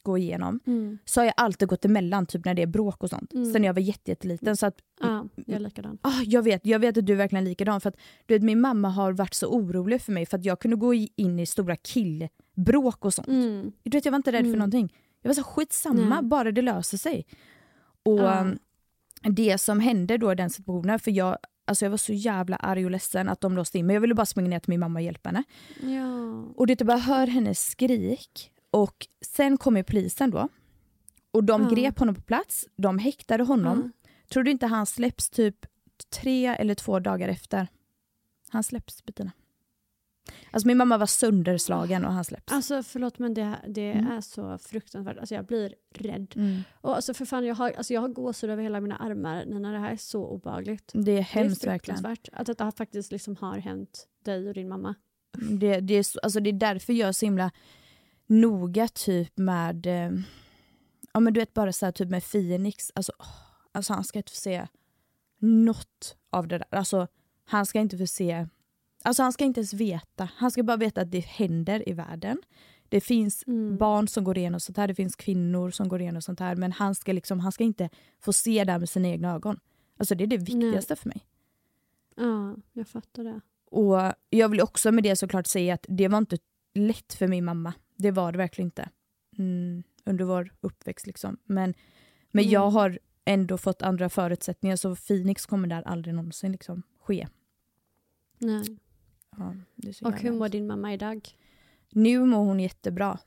gå igenom så har jag alltid gått emellan typ när det är bråk och sånt. Sen jag var jätteliten så att jag är likadan. Jag vet att du är verkligen likadan för att du vet, min mamma har varit så orolig för mig för att jag kunde gå in i stora killbråk och sånt. Du vet, jag var inte rädd för någonting. Jag var så skitsamma, bara det löser sig. Och det som hände då i den situationen, för jag var så jävla arg och ledsen att de låste in mig. Jag ville bara springa ner till min mamma och hjälpa henne. Ja. Och det bara hör hennes skrik. Och sen kom polisen då. Och de grep honom på plats. De häktade honom. Tror du inte han släpps typ 3 eller 2 dagar efter? Han släpps, Bettina. Alltså min mamma var sönderslagen och han släpps. Alltså förlåt, men det är så fruktansvärt. Alltså jag blir rädd. Och alltså för fan, jag har gåshud över hela mina armar när det här är så obehagligt. Det är hemskt verkligen. Att detta faktiskt liksom har hänt dig och din mamma. Det är därför jag är så himla noga typ med men du vet bara så här, typ med Phoenix. Alltså han ska inte få se något av det där. Alltså han ska inte få se. Alltså han ska inte ens veta. Han ska bara veta att det händer i världen. Det finns barn som går igenom sånt här. Det finns kvinnor som går igenom sånt här. Men han ska inte få se det med sina egna ögon. Alltså det är det viktigaste för mig. Ja, jag fattar det. Och jag vill också med det såklart säga att det var inte lätt för min mamma. Det var det verkligen inte. Under vår uppväxt liksom. Men jag har ändå fått andra förutsättningar. Så Phoenix kommer där aldrig någonsin liksom ske. Nej. Ja, och hur mår din mamma idag? Nu mår hon jättebra.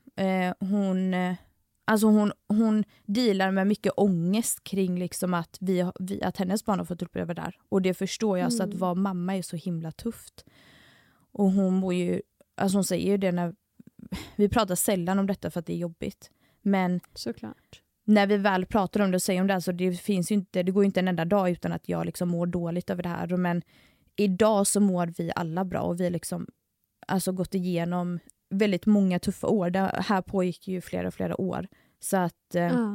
Hon dealar med mycket ångest kring liksom att att hennes barn har fått uppleva där. Och det förstår jag. Så att vara mamma är så himla tufft. Och hon mår ju, alltså hon säger ju det när vi pratar sällan om detta för att det är jobbigt. Men såklart. När vi väl pratar om det och säger om det, alltså det går ju inte en enda dag utan att jag liksom mår dåligt över det här. Men idag så mår vi alla bra och vi liksom alltså gått igenom väldigt många tuffa år. Det här pågick ju flera år. Så att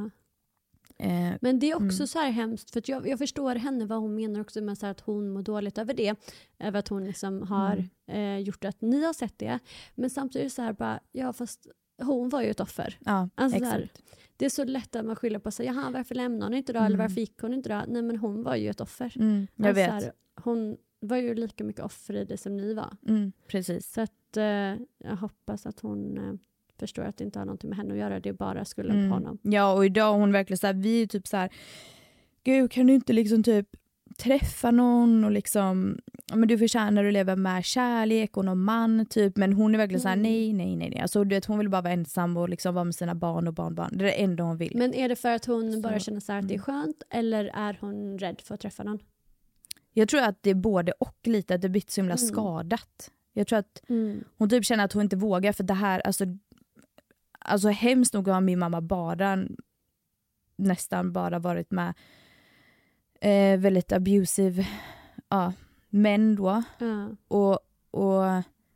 men det är också så här hemskt för att jag förstår henne vad hon menar också med så här att hon mår dåligt över det. Över att hon liksom har gjort att ni har sett det. Men samtidigt så här bara, fast hon var ju ett offer. Ja, alltså exakt. här, det är så lätt att man skyller på sig. Jaha, varför lämnade hon inte då? Eller varför gick hon inte då? Nej, men hon var ju ett offer. Jag vet. Här, hon var ju lika mycket offer i det som ni var. Precis. Så att jag hoppas att hon förstår att det inte har någonting med henne att göra. Det är bara skulden på honom. Ja, och idag hon verkligen så här, vi är typ så här, gud kan du inte liksom typ träffa någon och liksom, men du förtjänar att leva med kärlek och någon man typ, men hon är verkligen så här nej. Alltså du vet, hon vill bara vara ensam och liksom vara med sina barn och barnbarn. Det är det enda hon vill. Men är det för att hon bara känner så här att det är skönt eller är hon rädd för att träffa någon? Jag tror att det är både och lite, att det blir så himla skadat. Jag tror att hon typ känner att hon inte vågar för det här, alltså hemskt nog har min mamma nästan bara varit med väldigt abusive män då. Och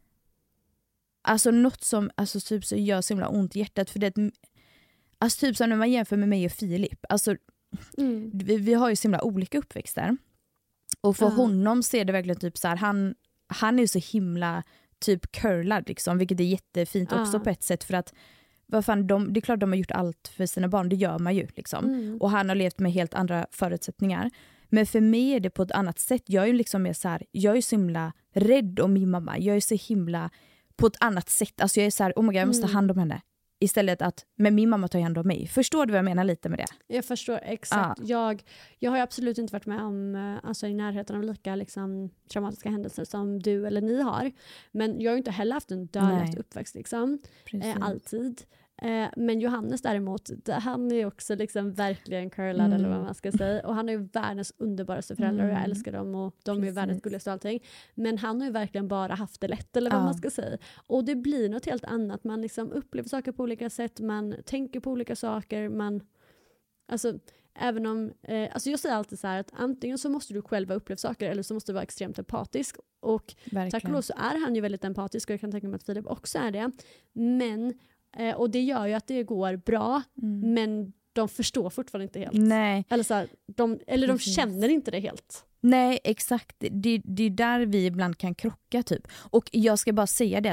alltså något som alltså typ så gör så himla ont i hjärtat för det alltså typ som när man jämför med mig och Filip. Alltså vi har ju så himla olika uppväxter. Och för honom ser det verkligen typ så här, han är ju så himla typ curlad liksom, vilket är jättefint också på ett sätt för att vad fan, det är klart de har gjort allt för sina barn, det gör man ju liksom. Och han har levt med helt andra förutsättningar. Men för mig är det på ett annat sätt. Jag är ju liksom mer så här, jag är så himla rädd om min mamma. Jag är så himla på ett annat sätt. Alltså jag är så här, oh my God, jag måste ta hand om henne. Istället att, men min mamma tar hand om mig. Förstår du vad jag menar lite med det? Jag förstår, exakt. Jag har ju absolut inte varit med om alltså i närheten av lika liksom, traumatiska händelser som du eller ni har. Men jag har ju inte heller haft en dödligt uppväxt liksom. Alltid. Men Johannes däremot, han är också liksom verkligen curlad eller vad man ska säga. Och han är ju världens underbaraste föräldrar och jag älskar dem och de är världens gulligaste och allting. Men han har ju verkligen bara haft det lätt eller vad man ska säga. Och det blir något helt annat. Man liksom upplever saker på olika sätt, man tänker på olika saker, alltså även om, alltså jag säger alltid så här att antingen så måste du själv uppleva saker eller så måste du vara extremt empatisk. Och tack och lov så är han ju väldigt empatisk och jag kan tänka mig att Filip också är det. Men och det gör ju att det går bra, men de förstår fortfarande inte helt. Nej. Eller, så här, de känner inte det helt. Nej, exakt. Det är där vi ibland kan krocka typ. Och jag ska bara säga det att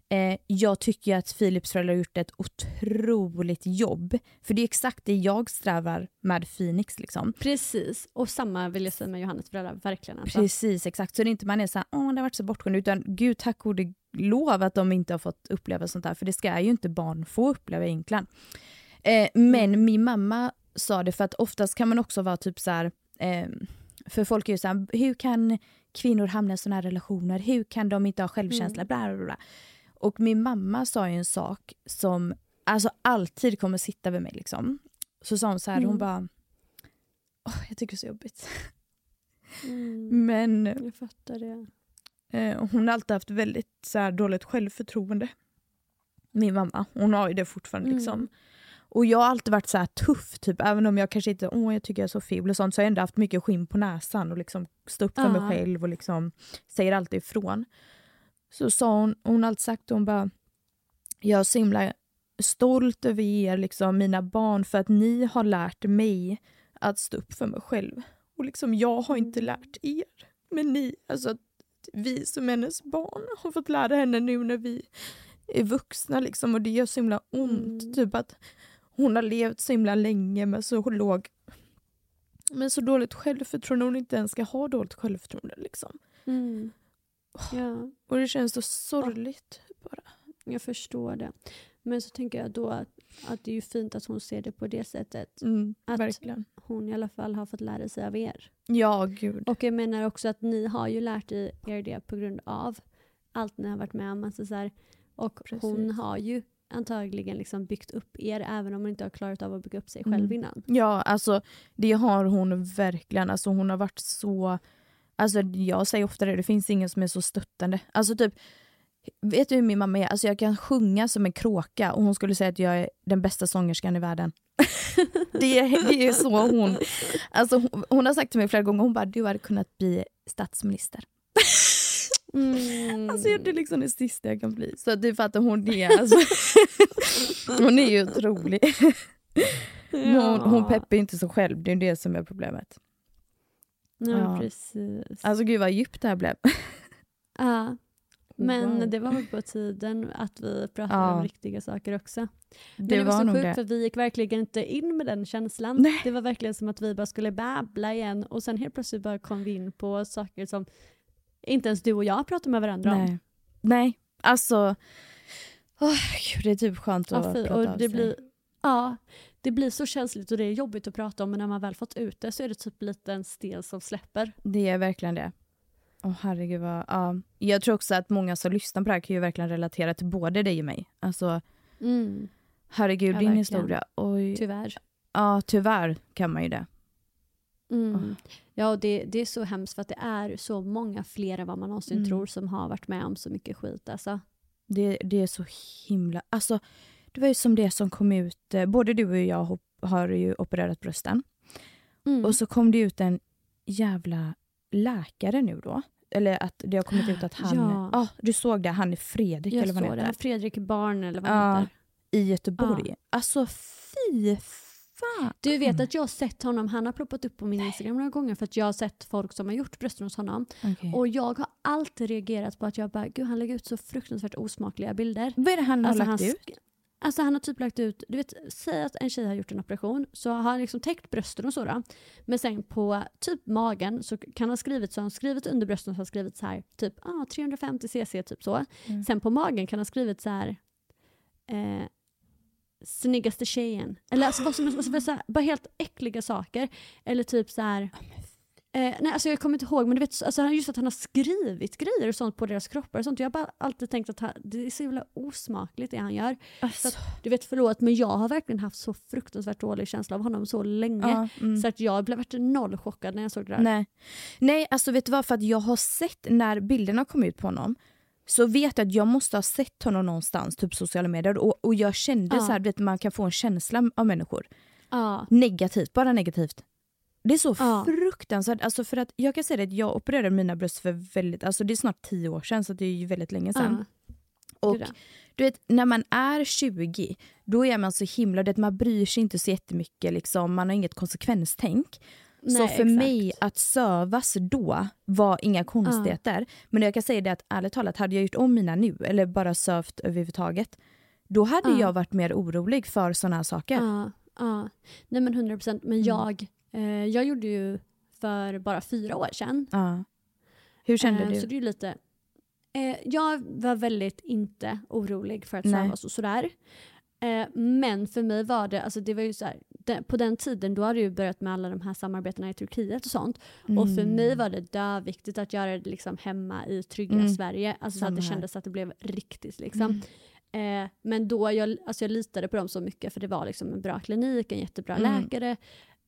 Jag tycker att Philips föräldrar har gjort ett otroligt jobb. För det är exakt det jag strävar med Phoenix. Liksom. Precis, och samma vill jag säga med Johannes föräldrar, verkligen. Alltså. Precis, exakt. Så det är inte man är så här, det har varit så bortskämd. Utan gud, tack gode lov att de inte har fått uppleva sånt här. För det ska ju inte barn få uppleva egentligen. Men min mamma sa det, för att oftast kan man också vara typ så här... för folk är ju så här, hur kan kvinnor hamna i såna här relationer? Hur kan de inte ha självkänsla? Bla, bla, bla. Och min mamma sa ju en sak som alltså alltid kommer sitta vid mig. Liksom. Så sa hon så här, hon bara, jag tycker det är så jobbigt. Men jag fattar det. Hon har alltid haft väldigt så här, dåligt självförtroende. Min mamma, hon har ju det fortfarande liksom. Och jag har alltid varit så här tuff typ, även om jag kanske inte, jag tycker jag är så ful och sånt, så har jag ändå haft mycket skinn på näsan och liksom stå upp för mig själv och liksom säger alltid ifrån. Så sa hon har alltid sagt, hon bara, jag är så himla stolt över er liksom, mina barn, för att ni har lärt mig att stå upp för mig själv. Och liksom jag har inte lärt er, men ni, alltså vi som hennes barn har fått lära henne nu när vi är vuxna liksom, och det gör så himla ont typ att hon har levt så himla länge med så dåligt självförtroende, hon inte ens ska ha dåligt självförtroende liksom. Ja. Och det känns så sorgligt bara. Jag förstår det. Men så tänker jag då att det är ju fint att hon ser det på det sättet. Att verkligen. Hon i alla fall har fått lära sig av er. Ja, gud. Och jag menar också att ni har ju lärt er det på grund av allt ni har varit med om. Alltså så här, och precis. Hon har ju antagligen liksom byggt upp er, även om hon inte har klarat av att bygga upp sig själv innan. Ja, alltså det har hon verkligen. Alltså hon har varit så... Alltså jag säger ofta det finns ingen som är så stöttande. Alltså typ, vet du hur min mamma är? Alltså jag kan sjunga som en kråka och hon skulle säga att jag är den bästa sångerskan i världen. det är så hon... Alltså hon har sagt till mig flera gånger, hon bara, du hade kunnat bli statsminister. Alltså det är liksom det sista jag kan bli. Så det är för att hon är alltså, hon är ju otrolig. Hon peppar inte så själv. Det är det som är problemet. Ja, precis. Alltså gud vad djupt det här blev. Ja, men det var väl på tiden att vi pratade om riktiga saker också. Men det var så sjukt för vi gick verkligen inte in med den känslan. Nej. Det var verkligen som att vi bara skulle babbla igen och sen helt plötsligt bara kom vi in på saker som inte ens du och jag pratar med varandra om. Nej, alltså gud, det är typ skönt att prata och av det sig. Det blir så känsligt och det är jobbigt att prata om, men när man väl fått ut det så är det typ lite en stel som släpper. Det är verkligen det. Herregud vad... Jag tror också att många som lyssnar på det här kan ju verkligen relatera till både dig och mig. Alltså, herregud, din verkligen. historia. Oj. Tyvärr. Ja, tyvärr kan man ju det. Ja, och det är så hemskt för att det är så många fler än vad man någonsin tror som har varit med om så mycket skit. Alltså. Det är så himla... Alltså, det var ju som det som kom ut... Både du och jag har ju opererat brösten. Och så kom det ut en jävla läkare nu då. Eller att det har kommit ut att han... Ja, du såg det. Han är Fredrik eller vad han heter. Fredrik Barn eller vad han heter. I Göteborg. Alltså fy fan. Du vet att jag har sett honom. Han har ploppat upp på min Instagram några gånger för att jag har sett folk som har gjort brösten hos honom. Okay. Och jag har alltid reagerat på att jag bara, gud han lägger ut så fruktansvärt osmakliga bilder. Vad är det han har lagt ut? Alltså han har typ lagt ut, du vet, säg att en tjej har gjort en operation så har han liksom täckt brösten och sådär. Men sen på typ magen så kan han skrivit under brösten så har han skrivit så här typ 350 cc typ så. Sen på magen kan han skrivit så här snyggaste tjejen. Eller alltså, bara helt äckliga saker. Eller typ så här... nej, alltså jag kommer inte ihåg, men du vet, alltså, just att han har skrivit grejer och sånt på deras kroppar och sånt. Jag har bara alltid tänkt att det är så jävla osmakligt det han gör. Alltså. Så att, du vet, förlåt, men jag har verkligen haft så fruktansvärt dålig känsla av honom så länge. Så att jag blev noll chockad när jag såg det där. Nej, alltså vet du vad? För att jag har sett när bilderna kom ut på honom så vet jag att jag måste ha sett honom någonstans, typ sociala medier. Och jag kände så här, vet, man kan få en känsla av människor. Negativt, bara negativt. Det är så fruktansvärt. Alltså för att jag kan säga att jag opererade mina bröst för det är snart 10 år sedan, så det är ju väldigt länge sedan. Och du vet, när man är 20, då är man så himla, man bryr sig inte så jättemycket liksom, man har inget konsekvenstänk. Så för mig att sövas då var inga konstigheter. Men jag kan säga det att ärligt talat, hade jag gjort om mina nu eller bara sövt överhuvudtaget, då hade jag varit mer orolig för såna här saker. Nej men 100%. Men jag gjorde ju för bara 4 år sedan. Hur kände du? Så det är ju lite... jag var väldigt inte orolig för att sövas och sådär. Men för mig var det, alltså det var ju så här, på den tiden då hade jag ju börjat med alla de här samarbetena i Turkiet och sånt. Och för mig var det döviktigt att göra det liksom hemma i trygga Sverige. Alltså så att det kändes att det blev riktigt liksom. Men då jag litade på dem så mycket, för det var liksom en bra klinik, en jättebra läkare.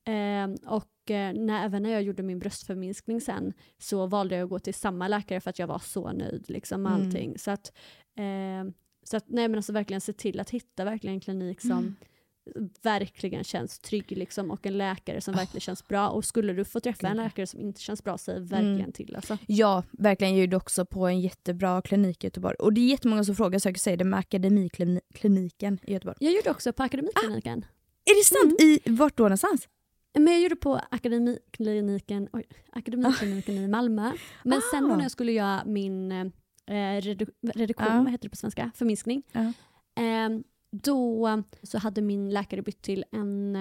Även när jag gjorde min bröstförminskning sen, så valde jag att gå till samma läkare för att jag var så nöjd liksom med allting. Så att nej, men alltså verkligen se till att hitta verkligen en klinik som verkligen känns trygg liksom, och en läkare som verkligen känns bra. Och skulle du få träffa en läkare som inte känns bra, säg verkligen till alltså. Ja, verkligen. Jag gjorde också på en jättebra klinik i Göteborg. Och det är jättemånga som frågar, så jag kan säga det med Akademikliniken i Göteborg. Jag gjorde också på Akademikliniken. Är det sant? I vart då någonstans? Men jag gjorde på Akademikliniken i Malmö. Men sen då när jag skulle göra min reduktion, vad heter det på svenska? Förminskning. Då så hade min läkare bytt till en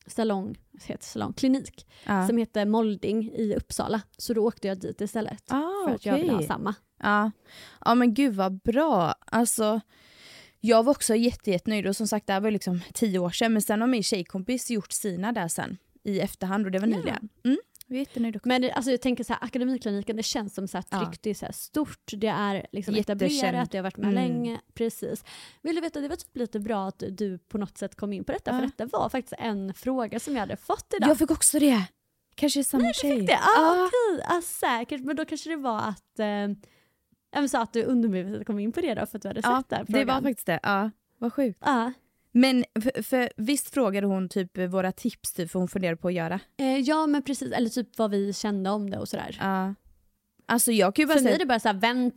klinik som heter Molding i Uppsala. Så då åkte jag dit istället för att jag ville ha samma. Ja men gud vad bra. Alltså jag var också jättenöjd, och som sagt det här var liksom 10 år sedan, men sen har min tjejkompis gjort sina där sen i efterhand, och det var nyligen. Jag är jättenöjd också. Men alltså, jag tänker så här, Akademikliniken, det känns som så här tryggt, det är så här stort, det är liksom etablerat, det har varit med länge, precis. Vill du veta, det var typ lite bra att du på något sätt kom in på detta, för detta var faktiskt en fråga som jag hade fått idag. Jag fick också det. Kanske samma tjej. Fick det? Okej. Säkert, men då kanske det var att att du undermedvetet kom in på det då, för att du hade sett det här frågan. Det var faktiskt det. Vad sjukt. Men för visst frågade hon typ våra tips typ, för hon funderade på att göra. Ja men precis, eller typ vad vi kände om det och sådär. Alltså jag kan ju bara för mig är det bara så här,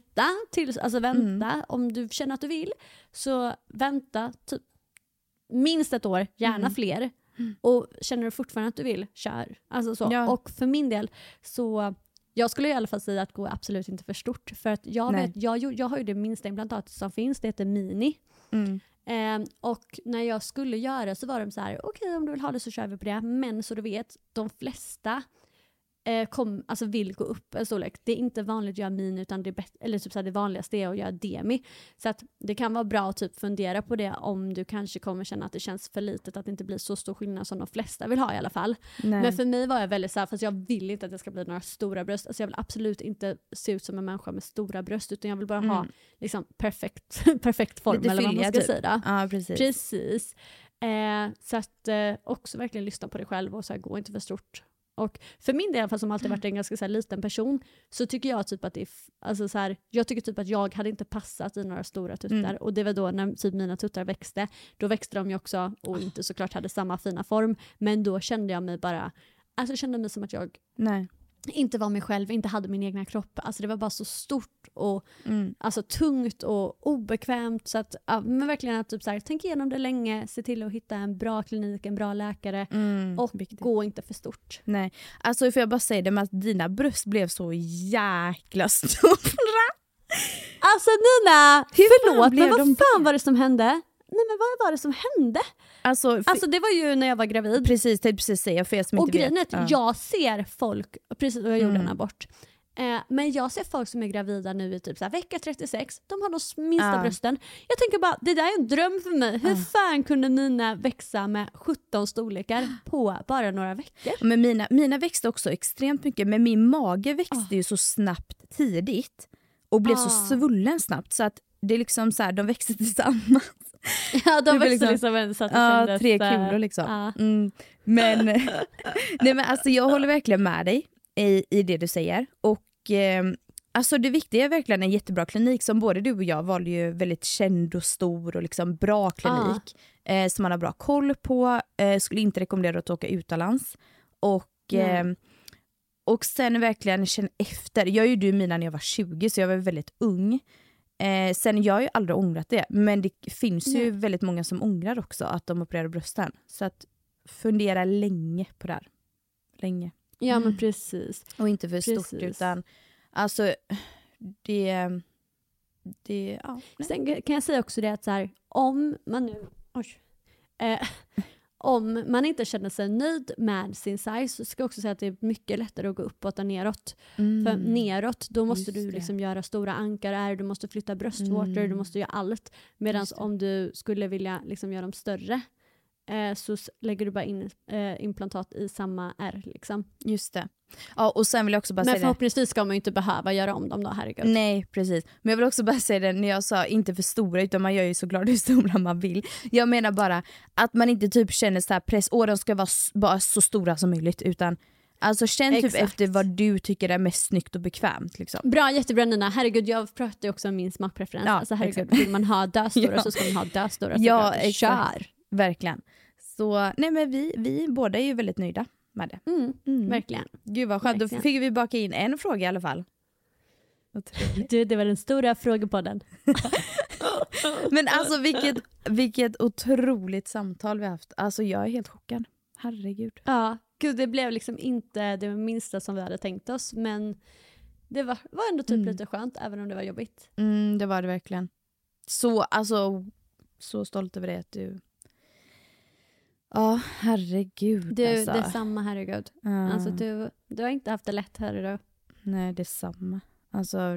vänta om du känner att du vill, så vänta typ minst ett år, gärna fler. Och känner du fortfarande att du vill, kör. Alltså så. Och för min del så jag skulle i alla fall säga att gå absolut inte för stort, för att jag har ju det minsta implantatet som finns, det heter Mini. Och när jag skulle göra så var de så här: okej, om du vill ha det så kör vi på det, men så du vet, de flesta vill gå upp en storlek. Det är inte vanligt att göra Mini, utan det är eller typ så här, det vanligaste är att göra Demi. Så att det kan vara bra att typ fundera på det om du kanske kommer känna att det känns för litet, att det inte blir så stor skillnad som de flesta vill ha i alla fall. Men för mig var jag väldigt så här, fast jag vill inte att det ska bli några stora bröst. Alltså jag vill absolut inte se ut som en människa med stora bröst, utan jag vill bara ha liksom perfekt form, eller vad man ska säga. Ja, precis. Så att också verkligen lyssna på dig själv och så här, gå inte för stort. Och för min del, fast som alltid varit en ganska så här liten person, så tycker jag typ att det är alltså så här, jag tycker typ att jag hade inte passat i några stora tuttar, och det var då när typ mina tuttar växte, då växte de ju också och inte såklart hade samma fina form, men då kände jag mig bara, alltså jag kände mig som att jag inte var mig själv, inte hade min egna kropp. Alltså det var bara så stort och alltså tungt och obekvämt, så att men verkligen att typ så här, tänk igenom det länge, se till att hitta en bra klinik, en bra läkare, och gå inte för stort. Nej, alltså får jag bara säga det med att dina bröst blev så jäkla stora. Alltså Nina, förlåt, men vad fan var det som hände? Nej, men vad var det som hände? Alltså det var ju när jag var gravid. Precis, det är precis säga för er som inte vet. Och grejen är att jag ser folk, precis, och jag gjorde en abort. Men jag ser folk som är gravida nu i typ så här, vecka 36, de har de minsta brösten. Jag tänker bara, det där är en dröm för mig. Hur fan kunde Nina växa med 17 storlekar på bara några veckor? Men mina växte också extremt mycket, men min mage växte ju så snabbt tidigt och blev så svullen snabbt, så att det är liksom så här, de växte tillsammans. Ja, de växte liksom en så att det kändes, 3 kulor liksom. Men nej, men alltså jag håller verkligen med dig i det du säger, och alltså det viktiga är verkligen en jättebra klinik, som både du och jag valde ju väldigt känd och stor och liksom bra klinik som man har bra koll på. Skulle inte rekommendera att åka utomlands, och sen verkligen känna efter. Jag gjorde ju mina när jag var 20, så jag var väldigt ung. Sen jag har ju aldrig ångrat det, men det finns ju väldigt många som ångrar också att de opererar brösten, så att fundera länge på det här. Länge. Ja men precis. Och inte för stort utan alltså det ja. Sen kan jag säga också det att så här, om man nu om man inte känner sig nöjd med sin size så ska jag också säga att det är mycket lättare att gå uppåt än neråt. För neråt, då måste du liksom göra stora ankar, du måste flytta bröstvårtor, du måste göra allt. Medan om du skulle vilja liksom göra dem större så lägger du bara in implantat i samma R liksom. Just det. Ja, och sen vill jag också bara säga förhoppningsvis ska man ju inte behöva göra om dem då, herregud. Nej, precis. Men jag vill också bara säga det när jag sa inte för stora utan man gör ju såklart hur stora man vill. Jag menar bara att man inte typ känner så här press, de ska vara bara så stora som möjligt utan alltså känn typ efter vad du tycker är mest snyggt och bekvämt liksom. Bra, jättebra Nina. Herregud, jag pratar ju också om min smakpreferens. Ja, alltså herregud, vill man ha döstora så ska man ha döstora. Ja, kör. Verkligen. Så nej men vi båda är ju väldigt nöjda med det. Verkligen. Gud vad skönt, då fick vi baka in en fråga i alla fall. Du, det var den stora frågepodden. Men alltså vilket otroligt samtal vi har haft. Alltså jag är helt chockad. Herregud. Ja, gud det blev liksom inte det minsta som vi hade tänkt oss. Men det var ändå typ lite skönt även om det var jobbigt. Det var det verkligen. Så alltså så stolt över det att du... Ja, herregud. Du, alltså. det är samma, herregud. Alltså du har inte haft det lätt här idag. Nej, det är samma. Alltså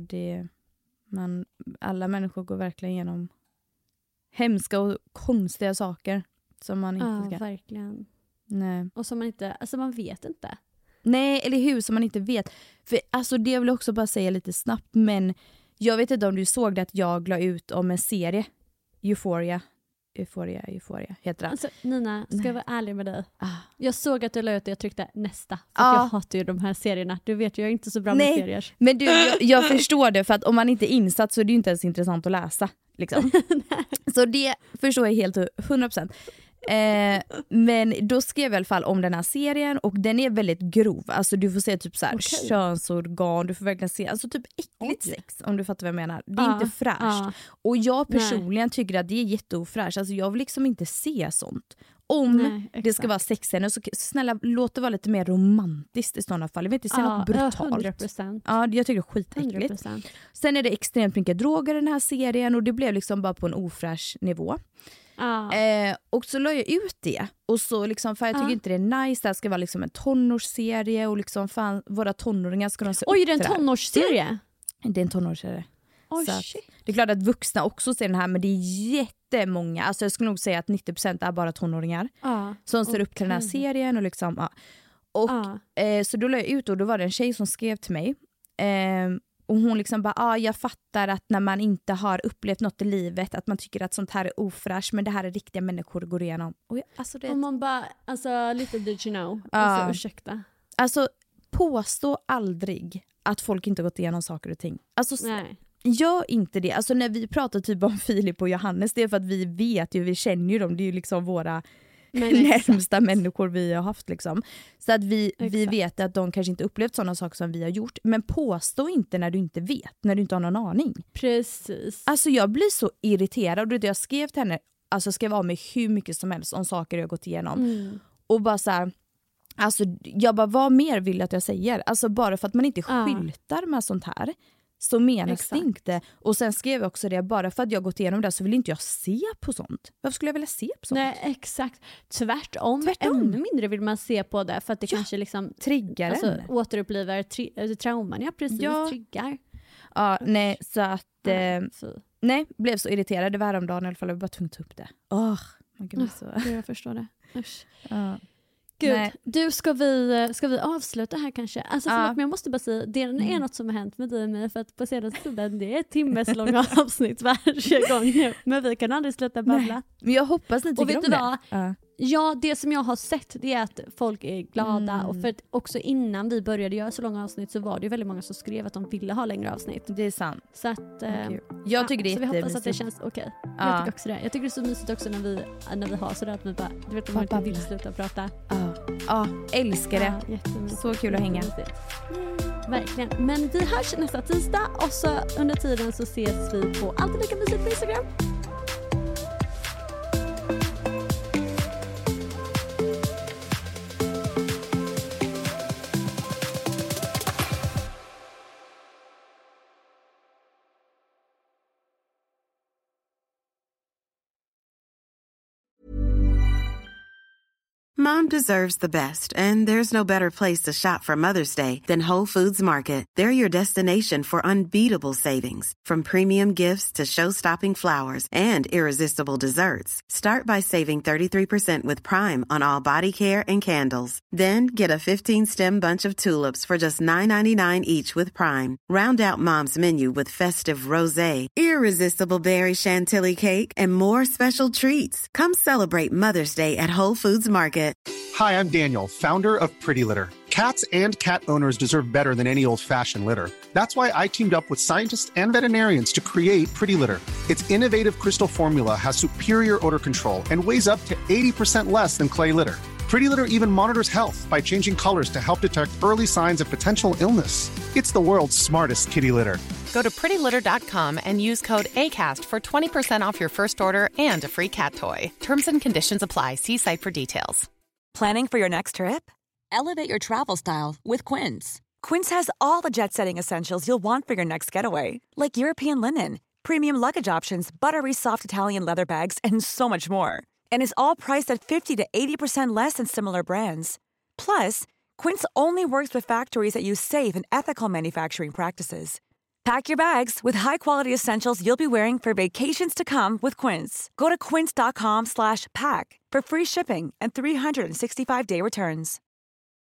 alla människor går verkligen igenom hemska och konstiga saker som man inte ska. Ja, verkligen. Nej. Och som man inte, alltså man vet inte. Nej, eller hur, som man inte vet. För alltså det vill jag också bara säga lite snabbt, men jag vet inte om du såg det att jag la ut om en serie, Euphoria heter den. Alltså, Nina, ska jag vara ärlig med dig? Jag såg att du la ut det, jag tryckte nästa. För jag hatar ju de här serierna. Du vet, jag är inte så bra med serier. Men du, jag förstår det, för att om man inte är insatt så är det ju inte ens intressant att läsa. Liksom. Så det förstår jag helt 100%. Men då skrev jag i alla fall om den här serien och den är väldigt grov. Alltså du får se typ så här könsorgan, du får verkligen se alltså typ äckligt sex, om du fattar vad jag menar. Det är inte fräscht. Och jag personligen tycker att det är jätteofräscht. Alltså jag vill liksom inte se sånt. Om det ska vara sexscener så snälla låt det vara lite mer romantiskt i sådana fall. Jag vill inte se något brutalt. 100%. Ja, jag tycker det är skitäckligt. 100%. Sen är det extremt mycket droger i den här serien och det blev liksom bara på en ofräsch nivå. Och så la jag ut det och så liksom, för jag tycker inte det är nice, det här ska vara liksom en tonårsserie och liksom fan, våra tonåringar ska de se Oj, det är en tonårsserie? Det är en tonårsserie. Så shit. det är klart att vuxna också ser den här, men det är jättemånga, alltså jag skulle nog säga att 90% är bara tonåringar som ser upp till den här serien och liksom, och så då la jag ut och då var det en tjej som skrev till mig och hon liksom bara, jag fattar att när man inte har upplevt något i livet att man tycker att sånt här är ofräscht, men det här är riktiga människor går igenom. Och alltså det... Om man bara, alltså lite did you know, alltså ursäkta. Alltså påstå aldrig att folk inte gått igenom saker och ting. Alltså gör inte det. Alltså när vi pratar typ om Filip och Johannes, det är för att vi vet ju, vi känner ju dem, det är ju liksom våra närmsta människor vi har haft liksom. Så att vi vet att de kanske inte upplevt sådana saker som vi har gjort. Men påstå inte när du inte vet, när du inte har någon aning. Precis. Alltså jag blir så irriterad och jag skrev till henne, alltså skrev av mig hur mycket som helst om saker jag gått igenom. Och bara så här, alltså jag bara, vad mer vill att jag säger? Alltså bara för att man inte skyltar med sånt här så menas det inte. Och sen skrev jag också det, bara för att jag gått igenom det så vill inte jag se på sånt. Varför skulle jag vilja se på sånt? Nej, exakt. Tvärtom. Ännu mindre vill man se på det för att det kanske liksom triggar alltså, återupplever trauman. Ja, precis. Triggar. Ja, nej, så att nej, blev så irriterad. Det var häromdagen i alla fall. Jag var bara tvungen att ta upp det. Jag förstår det. Usch. Gud, du, ska vi avsluta här kanske? Alltså förlåt, men jag måste bara säga, det är något som har hänt med dig och mig, för att på senaste tiden det är timmeslånga avsnitt varje gång nu, men vi kan aldrig sluta babbla. Men jag hoppas ni tycker om det. Och vet du vad? Ja, det som jag har sett det är att folk är glada och för att också innan vi började göra så långa avsnitt så var det ju väldigt många som skrev att de ville ha längre avsnitt. Det är sant. Så att jag tycker det är så vi hoppas att det känns okej. Jag tycker också det. Jag tycker det är så mysigt också när vi har sådär att vi bara, du vet, man inte vill sluta prata. Älskar det. Så kul att hänga. Verkligen. Men vi hörs nästa tisdag och så under tiden så ses vi på Alltid Lika Mysigt på Instagram. Mom deserves the best, and there's no better place to shop for Mother's Day than Whole Foods Market. They're your destination for unbeatable savings, from premium gifts to show-stopping flowers and irresistible desserts. Start by saving 33% with Prime on all body care and candles. Then get a 15-stem bunch of tulips for just $9.99 each with Prime. Round out Mom's menu with festive rosé, irresistible berry chantilly cake, and more special treats. Come celebrate Mother's Day at Whole Foods Market. Hi, I'm Daniel, founder of Pretty Litter. Cats and cat owners deserve better than any old-fashioned litter. That's why I teamed up with scientists and veterinarians to create Pretty Litter. Its innovative crystal formula has superior odor control and weighs up to 80% less than clay litter. Pretty Litter even monitors health by changing colors to help detect early signs of potential illness. It's the world's smartest kitty litter. Go to prettylitter.com and use code ACAST for 20% off your first order and a free cat toy. Terms and conditions apply. See site for details. Planning for your next trip? Elevate your travel style with Quince. Quince has all the jet-setting essentials you'll want for your next getaway, like European linen, premium luggage options, buttery soft Italian leather bags, and so much more. And is all priced at 50 to 80% less than similar brands. Plus, Quince only works with factories that use safe and ethical manufacturing practices. Pack your bags with high-quality essentials you'll be wearing for vacations to come with Quince. Go to quince.com/pack for free shipping and 365-day returns.